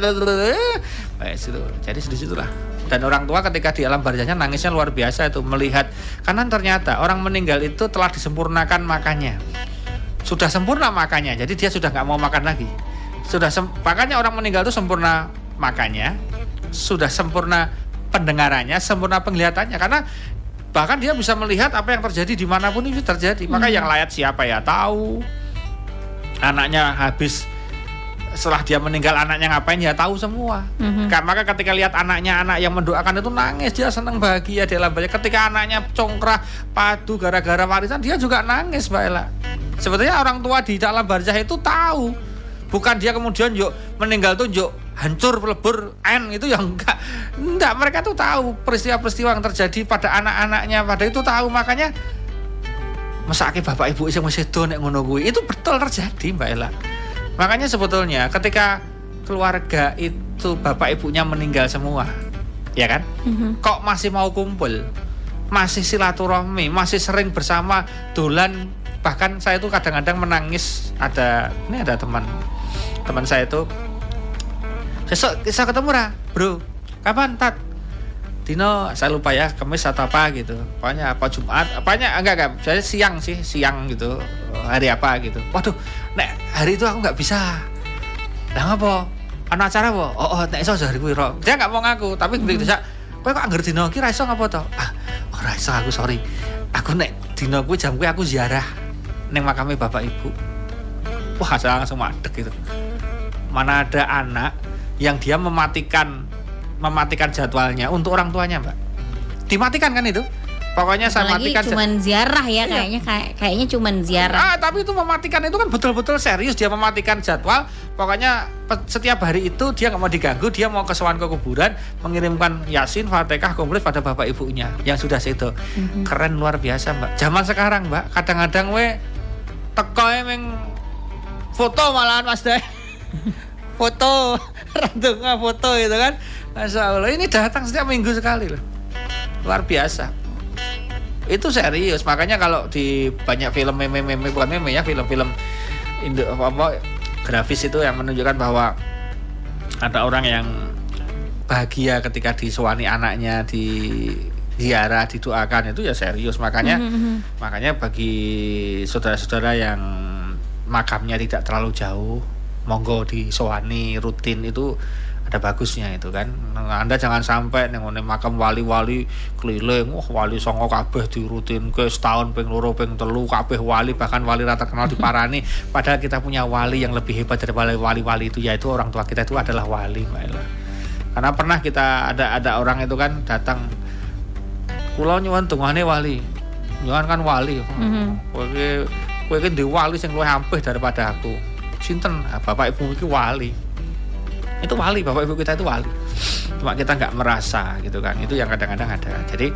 jadi di situlah. Dan orang tua ketika di alam barzahnya nangisnya luar biasa itu melihat, karena ternyata orang meninggal itu telah disempurnakan makannya, sudah sempurna makannya, jadi dia sudah nggak mau makan lagi. Sudah sem- makanya orang meninggal itu sempurna makannya, sudah sempurna pendengarannya, sempurna penglihatannya, karena bahkan dia bisa melihat apa yang terjadi dimanapun itu terjadi. Maka hmm. yang layak siapa ya tahu. Anaknya habis setelah dia meninggal, anaknya ngapain ya tahu semua. Hmm. Maka ketika lihat anaknya, anak yang mendoakan itu nangis, dia senang bahagia di alam barzah. Ketika anaknya congkrah padu gara-gara warisan, dia juga nangis, Mbak Ella. Sebetulnya orang tua di dalam barzah itu tahu. Bukan dia kemudian yuk meninggal tuh yuk hancur pelebur en itu yang enggak. Enggak, mereka tuh tahu peristiwa-peristiwa yang terjadi pada anak-anaknya, pada itu tahu. Makanya mesake bapak ibu sing wis sedo nek ngono kuwi itu betul terjadi, Mbak Ella. Makanya sebetulnya ketika keluarga itu bapak ibunya meninggal semua, ya kan? Mm-hmm. Kok masih mau kumpul? Masih silaturahmi, masih sering bersama dolan. Bahkan saya tuh kadang-kadang menangis. Ada ini ada teman teman saya itu, besok bisa ketemu ra bro, kapan tat Dino, saya lupa ya, Kamis atau apa gitu, pokoknya apa Jumat apanya, enggak enggak saya siang sih siang gitu, hari apa gitu. Waduh nek hari itu aku nggak bisa lah, ngapa ana acara apa? Oh, oh nek iso hari kuwi ro, dia nggak mau ngaku. Tapi begitu sak kowe kok angger dino ki ra iso ngapa to? Ah ora iso aku, sorry aku nek dino kuwi jam kuwi aku ziarah ning makame bapak ibu. Wah saya langsung madeg gitu. Mana ada anak yang dia mematikan mematikan jadwalnya untuk orang tuanya, Mbak. Dimatikan kan itu? Pokoknya saya apalagi matikan cuman ziarah ya, iya. kayaknya kayak kayaknya cuman ziarah. Ah, tapi itu mematikan itu kan betul-betul serius, dia mematikan jadwal. Pokoknya setiap hari itu dia nggak mau diganggu, dia mau ke sowan ke kuburan, mengirimkan Yasin, Fatihah komplit pada bapak ibunya yang sudah sedo. Mm-hmm. Keren luar biasa, Mbak. Zaman sekarang, Mbak, kadang-kadang we teko emeng foto malahan Mas Dai. Foto, randunga foto itu kan. Masya Allah, ini datang setiap minggu sekali loh. Luar biasa. Itu serius. Makanya kalau di banyak film meme-meme, bukan meme ya, film-film Indo apa grafis itu yang menunjukkan bahwa ada orang yang bahagia ketika disuani anaknya, di ziarah, didoakan, itu ya serius. Makanya mm-hmm. makanya bagi saudara-saudara yang makamnya tidak terlalu jauh, monggo disowani rutin, itu ada bagusnya itu kan. Anda jangan sampai nengone makam wali-wali keliling, wah wali songo kabeh dirutin ke setahun ping loro ping telu kabeh wali, bahkan wali rata kenal diparani. Padahal kita punya wali yang lebih hebat daripada wali-wali itu, yaitu orang tua kita itu adalah wali, Mbak Ella. Karena pernah kita ada ada orang itu kan datang, kula nyuwun dongane wali, nyuwun kan wali, kowe kowe iki ndek wali sing luwih ampih daripada aku. Sinten? Bapak ibu iki wali. Itu wali, bapak ibu kita itu wali. Cuma kita nggak merasa gitu kan. Itu yang kadang-kadang ada. Jadi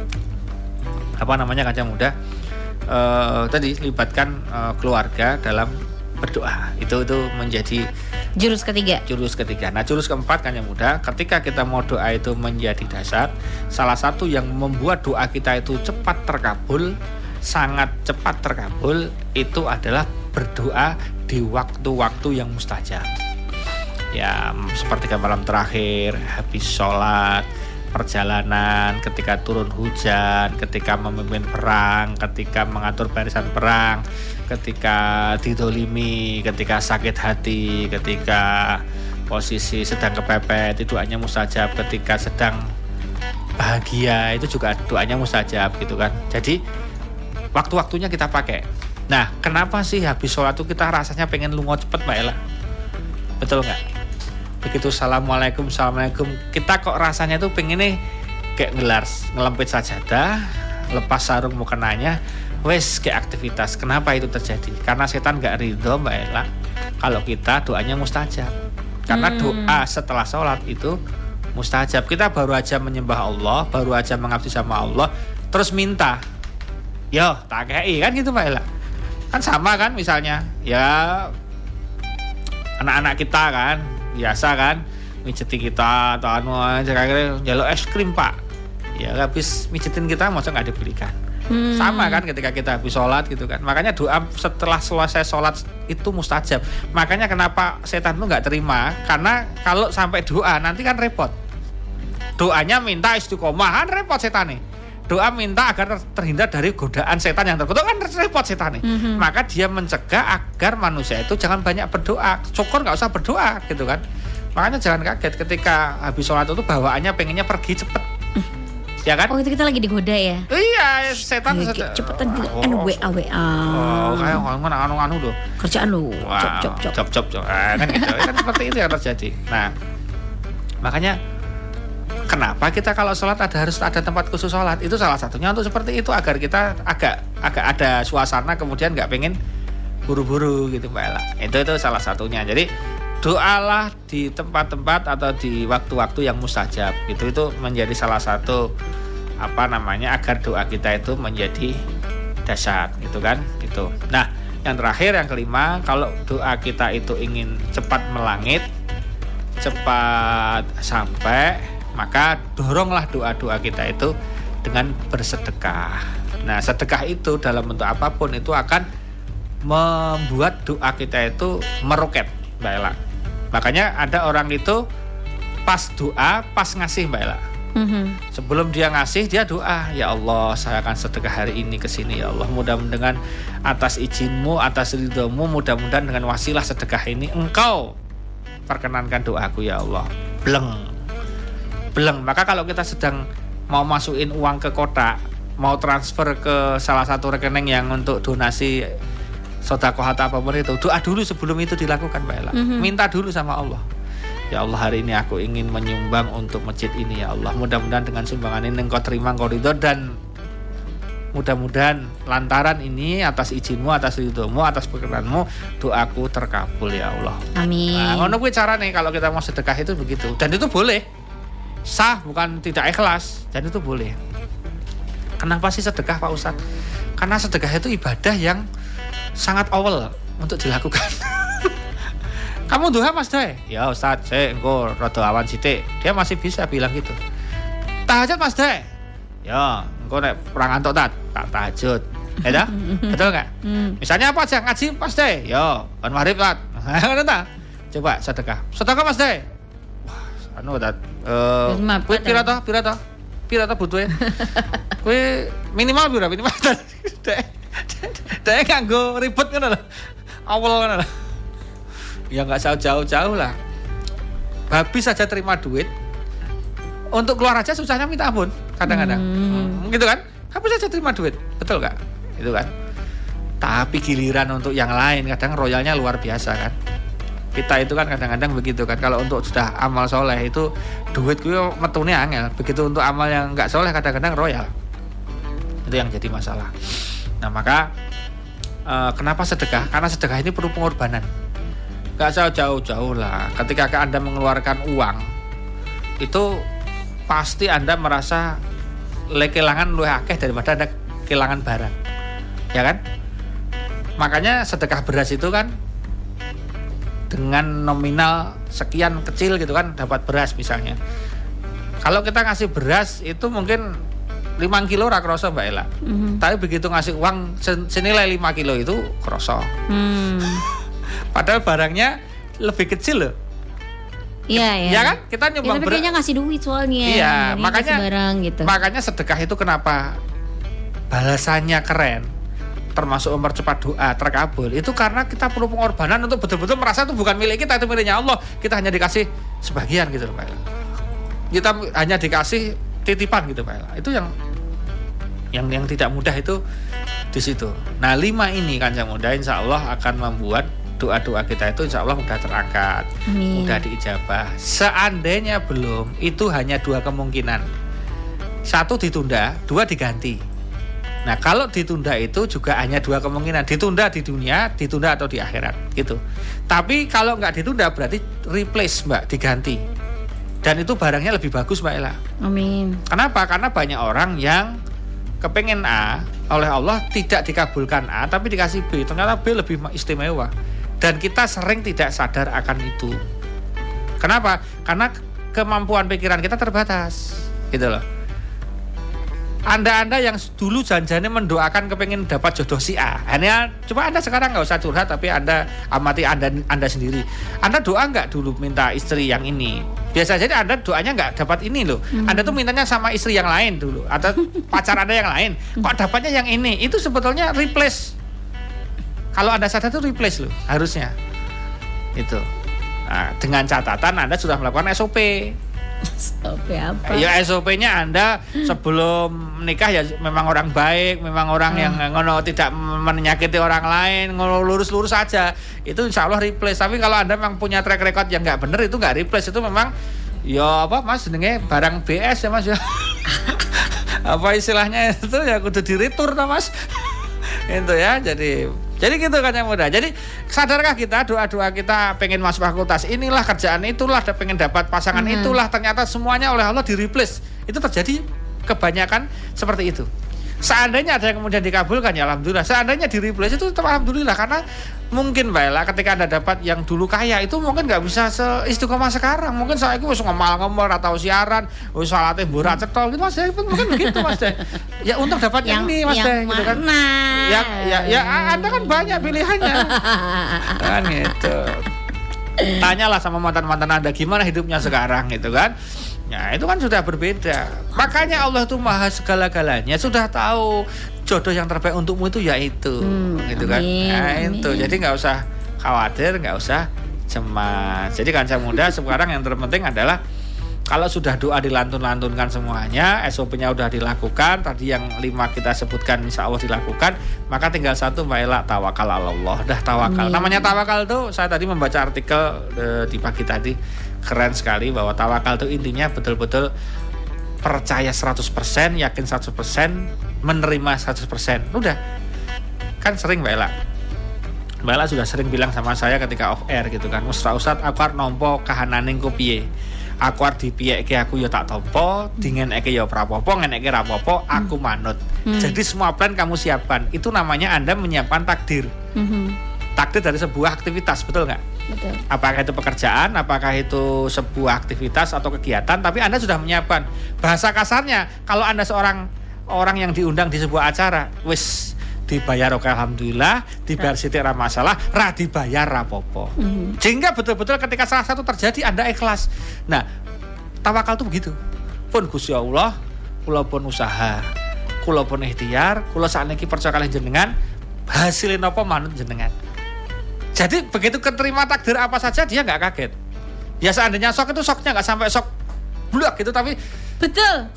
apa namanya kaca muda uh, tadi libatkan uh, keluarga dalam berdoa. Itu itu menjadi jurus ketiga. Jurus ketiga. Nah, jurus keempat kaca muda, ketika kita mau doa itu menjadi dasar, salah satu yang membuat doa kita itu cepat terkabul, sangat cepat terkabul, itu adalah berdoa di waktu-waktu yang mustajab. Ya, seperti malam terakhir, habis sholat, perjalanan, ketika turun hujan, ketika memimpin perang, ketika mengatur barisan perang, ketika didolimi, ketika sakit hati, ketika posisi sedang kepepet, itu doanya mustajab. Ketika sedang bahagia, itu juga doanya mustajab gitu kan. Jadi waktu-waktunya kita pakai. Nah, kenapa sih habis sholat itu kita rasanya pengen lungo cepet, Mbak Ella? Betul nggak? Begitu assalamualaikum, assalamualaikum, kita kok rasanya tuh pengen nih kayak ngelar, ngelempit sajadah, lepas sarung mukenanya, wes kayak aktivitas. Kenapa itu terjadi? Karena setan nggak ridho, Mbak Ella, kalau kita doanya mustajab. Karena hmm. doa setelah sholat itu mustajab. Kita baru aja menyembah Allah, baru aja mengabdi sama Allah, terus minta, yo tak kei kan gitu, Mbak Ella. Kan sama kan, misalnya ya anak-anak kita kan biasa kan mijeti kita atau anu aja kayak njaluk es krim Pak, ya habis mijetin kita masa nggak dibelikan. hmm. Sama kan ketika kita habis sholat gitu kan. Makanya doa setelah selesai sholat itu mustajab. Makanya kenapa setan tuh nggak terima, karena kalau sampai doa nanti kan repot. Doanya minta istiqomah kan repot setan nih. Doa minta agar terhindar dari godaan setan yang terkutuk kan repot setan nih. Mm-hmm. Maka dia mencegah agar manusia itu jangan banyak berdoa. Syukur nggak usah berdoa gitu kan. Makanya jangan kaget ketika habis sholat itu bawaannya pengennya pergi cepet. Ya kan? Oh itu kita lagi digoda ya? Iya, setan setan. Cepetan gitu, kan W A W A. Oh, kayak ngomong anu-anu loh. Kerjaan lo, cop cop cop cop cop cop. Ah, kan gitu. Kan seperti itu yang terjadi. Nah, makanya kenapa kita kalau sholat ada harus ada tempat khusus sholat? Itu salah satunya untuk seperti itu agar kita agak agak ada suasana kemudian nggak pengen buru-buru gitu Mbak Ella. Itu itu salah satunya. Jadi doalah di tempat-tempat atau di waktu-waktu yang mustajab. Itu itu menjadi salah satu apa namanya agar doa kita itu menjadi dahsyat gitu kan gitu. Nah yang terakhir yang kelima, kalau doa kita itu ingin cepat melangit, cepat sampai, maka doronglah doa-doa kita itu dengan bersedekah. Nah sedekah itu dalam bentuk apapun itu akan membuat doa kita itu meroket Mbak Ella. Makanya ada orang itu pas doa pas ngasih Mbak Ella. Mm-hmm. Sebelum dia ngasih dia doa, ya Allah saya akan sedekah hari ini ke sini ya Allah, mudah-mudahan atas izinmu, atas ridhomu, mudah-mudahan dengan wasilah sedekah ini engkau perkenankan doaku ya Allah. Bleng bleng. Maka kalau kita sedang mau masukin uang ke kotak, mau transfer ke salah satu rekening yang untuk donasi sedekah atau apapun itu, doa dulu sebelum itu dilakukan Mbak Ella. Mm-hmm. Minta dulu sama Allah. Ya Allah hari ini aku ingin menyumbang untuk masjid ini ya Allah, mudah-mudahan dengan sumbangan ini engkau terima, engkau ridho, dan mudah-mudahan lantaran ini atas izinmu, atas ridhomu, atas perkenanmu doaku terkabul ya Allah. Amin. Nah ngono kuwi carane kalau kita mau sedekah itu begitu, dan itu boleh sah, bukan tidak ikhlas, dan itu boleh. Kenapa sih sedekah Pak Ustadz? Karena sedekah itu ibadah yang sangat awal untuk dilakukan. Kamu duha Mas Dae? Ya Ustaz, saya engko rada awan sithik. Dia masih bisa bilang gitu. Tahajud Mas Dae? Ya, engko nek perang antuk tat, tak tahajud. Ya dah? Betul enggak? Misalnya apa aja ngaji Mas Dae? Ya, ban maghrib tat. Ngono ta? Coba sedekah. Sedekah Mas Dae. Wah, anu tat. Eh, kuwi pira to? Pira to? Pira to butuhe? Kuwi minimal pira? Minimal tat. Dek. Dek nganggo ribet ngono lho. Awal ngono lho. Ya nggak jauh-jauh lah. Habis saja terima duit, untuk keluar aja susahnya minta ampun kadang-kadang. Hmm. Hmm, gitu kan? Habis saja terima duit, betul nggak? Itu kan. Tapi giliran untuk yang lain kadang royalnya luar biasa kan. Kita itu kan kadang-kadang begitu kan. Kalau untuk sudah amal soleh itu duit gue metune angel. Begitu untuk amal yang nggak soleh kadang-kadang royal. Itu yang jadi masalah. Nah maka uh, kenapa sedekah? Karena sedekah ini perlu pengorbanan. Gak jauh-jauh lah. Ketika Anda mengeluarkan uang, itu pasti Anda merasa le kelangan luwih akeh daripada Anda kelangan barang. Ya kan? Makanya sedekah beras itu kan dengan nominal sekian kecil gitu kan dapat beras misalnya. Kalau kita ngasih beras itu mungkin lima kilo ra kroso Mbak Ella. Mm-hmm. Tapi begitu ngasih uang senilai lima kilo itu kroso. Mm. Padahal barangnya lebih kecil loh. Iya ya. Ya kan? Kita nyumbang ya, tapi kayaknya ngasih duit soalnya. Iya, makanya barang gitu. Makanya sedekah itu kenapa balasannya keren, termasuk mempercepat doa terkabul. Itu karena kita perlu pengorbanan untuk betul-betul merasa itu bukan milik kita, itu miliknya Allah. Kita hanya dikasih sebagian gitu loh, Pak Ella. Kita hanya dikasih titipan gitu, Pak Ella. Itu yang yang yang tidak mudah itu di situ. Nah, lima ini kan yang mudah insya Allah akan membuat doa-doa kita itu insya Allah mudah terangkat, Amin. Mudah diijabah. Seandainya belum, itu hanya dua kemungkinan. Satu ditunda, dua diganti. Nah kalau ditunda itu juga hanya dua kemungkinan. Ditunda di dunia, ditunda atau di akhirat gitu. Tapi kalau nggak ditunda berarti replace Mbak, diganti. Dan itu barangnya lebih bagus Mbak Ella. Amin. Kenapa? Karena banyak orang yang kepengen A oleh Allah tidak dikabulkan A tapi dikasih B. Ternyata B lebih istimewa. Dan kita sering tidak sadar akan itu. Kenapa? Karena kemampuan pikiran kita terbatas, gitu loh. Anda-anda yang dulu janjinya mendoakan kepengen dapat jodoh si A, hanya cuma Anda sekarang nggak usah curhat, tapi Anda amati Anda Anda sendiri. Anda doa nggak dulu minta istri yang ini? Biasa jadi Anda doanya nggak dapat ini loh. Hmm. Anda tuh mintanya sama istri yang lain dulu atau pacar Anda yang lain. Kok dapatnya yang ini? Itu sebetulnya replace. Kalau Anda sadar itu replace loh, harusnya. Itu. Nah, dengan catatan Anda sudah melakukan S O P. S O P apa? Ya S O P-nya Anda sebelum menikah ya memang orang baik, memang orang hmm. yang ngono tidak menyakiti orang lain, ngono lurus-lurus saja. Itu insya Allah replace. Tapi kalau Anda memang punya track record yang nggak benar, itu nggak replace, itu memang ya apa Mas jenenge barang B S ya Mas ya. Apa istilahnya itu ya kudu di-retur ta Mas. Itu ya, jadi jadi gitu kan yang muda. Jadi sadarkah kita doa-doa kita pengen masuk fakultas inilah, kerjaan itulah, pengen dapat pasangan hmm. itulah, ternyata semuanya oleh Allah di-replace. Itu terjadi kebanyakan seperti itu. Seandainya ada yang kemudian dikabulkan ya alhamdulillah. Seandainya di-replace itu tetap alhamdulillah, karena mungkin Mbak Ella ketika Anda dapat yang dulu kaya itu mungkin nggak bisa seistiqomah sekarang. Mungkin saya itu wis ngomal-ngomal atau siaran, wis salate mbura cetol gitu Mas. Mungkin begitu Mas deh. Ya untuk dapat yang, yang ini Mas deh gitu kan. Ya ya ya Anda kan banyak pilihannya. Kan gitu. Tanyalah sama mantan-mantan Anda gimana hidupnya sekarang gitu kan. Ya itu kan sudah berbeda. Makanya Allah itu maha segala-galanya, sudah tahu jodoh yang terbaik untukmu itu ya itu, hmm, gitu kan. Amin, nah itu, amin. Jadi nggak usah khawatir, nggak usah cemas. Jadi kancah muda sekarang yang terpenting adalah kalau sudah doa dilantun-lantunkan semuanya, S O P-nya udah dilakukan, tadi yang lima kita sebutkan insya Allah dilakukan, maka tinggal satu Mbak Ella, tawakal Allah. Dah tawakal. Amin. Namanya tawakal tuh, saya tadi membaca artikel e, di pagi tadi, keren sekali bahwa tawakal itu intinya betul-betul percaya seratus persen, yakin seratus persen, menerima seratus persen. Udah. Kan sering Mbak Ella. Mbak Ella sudah sering bilang sama saya ketika off air gitu kan, Ustaz, aku arep nampa kahananing ku piye? Aku arep dipiyeke aku ya tak tampa, dingeneke ya ora apa-apa, ngeneke ra apa-apa, aku manut. Hmm. Jadi semua plan kamu siapkan. Itu namanya Anda menyiapkan takdir. Hmm. Takdir dari sebuah aktivitas, betul nggak? Betul. Apakah itu pekerjaan, apakah itu sebuah aktivitas atau kegiatan, tapi Anda sudah menyiapkan. Bahasa kasarnya, kalau Anda seorang orang yang diundang di sebuah acara, wis dibayar oke alhamdulillah, dibayar sithik ra masalah, ra dibayar ra apa-apa. Mm-hmm. Sehingga betul-betul ketika salah satu terjadi Anda ikhlas. Nah, tawakal itu begitu. Pun Gusti Allah, kula pun usaha, kula pun ikhtiar, kula sakniki percaya kalih jenengan, hasilin apa manut jenengan. Jadi begitu keterima takdir apa saja dia nggak kaget. Ya seandainya sok itu soknya nggak sampai sok blok gitu, tapi betul.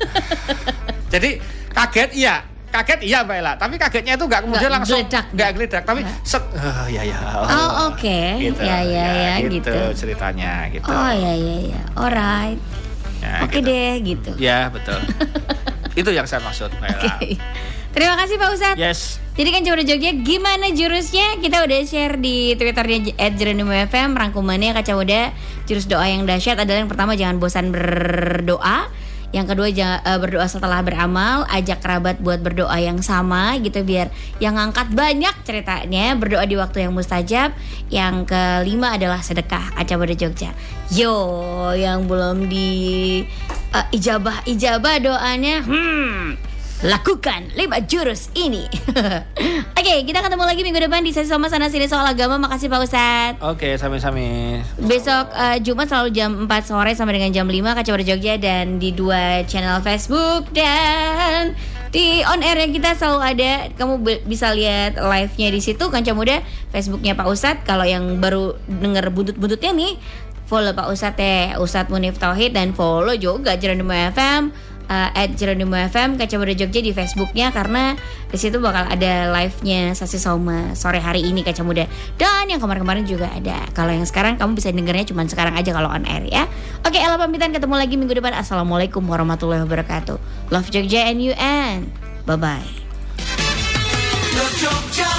Jadi kaget iya, kaget iya Mbak Ella. Tapi kagetnya itu nggak kemudian gak langsung nggak geledak, tapi set, oh ya ya. Oh, oh oke. Okay. Gitu, ya ya ya, ya gitu, gitu ceritanya gitu. Oh ya ya ya, alright. Ya, oke okay gitu. Deh gitu. Ya betul. Itu yang saya maksud Mbak Ella. Okay. Terima kasih Pak Ustadz. Yes. Jadi kan Kacamata Jogja gimana jurusnya? Kita udah share di Twitternya et jeronimo F M rangkumannya Kacamata. Jurus doa yang dahsyat adalah yang pertama jangan bosan berdoa. Yang kedua jangan, uh, berdoa setelah beramal. Ajak kerabat buat berdoa yang sama gitu biar yang ngangkat banyak ceritanya. Berdoa di waktu yang mustajab. Yang kelima adalah sedekah Kacamata Jogja. Yo, yang belum di uh, ijabah ijabah doanya. Hmm. Lakukan lima jurus ini. Oke, okay, kita ketemu lagi minggu depan di sesi Sama Sana Sini Soal Agama. Makasih Pak Ustadz. Oke, okay, sami-sami. Besok uh, Jumat selalu jam empat sore sampai dengan jam lima Kacamata Jogja, dan di dua channel Facebook dan di on air yang kita selalu ada. Kamu be- bisa lihat live-nya di situ Kanca Muda, Facebooknya Pak Ustadz. Kalau yang baru denger buntut-buntutnya nih, follow Pak Ustadz ya, Ustadz Munif Tauhid, dan follow juga Jeronimo F M. Uh, at Jeronimo F M Kacamata Jogja di Facebooknya, karena di situ bakal ada live-nya Sasi Soma sore hari ini Kacamata. Dan yang kemarin-kemarin juga ada. Kalau yang sekarang kamu bisa dengernya cuma sekarang aja kalau on air ya. Oke, Ella pamitan, ketemu lagi minggu depan. Assalamualaikum warahmatullahi wabarakatuh. Love Jogja and you and bye bye. Love Jogja.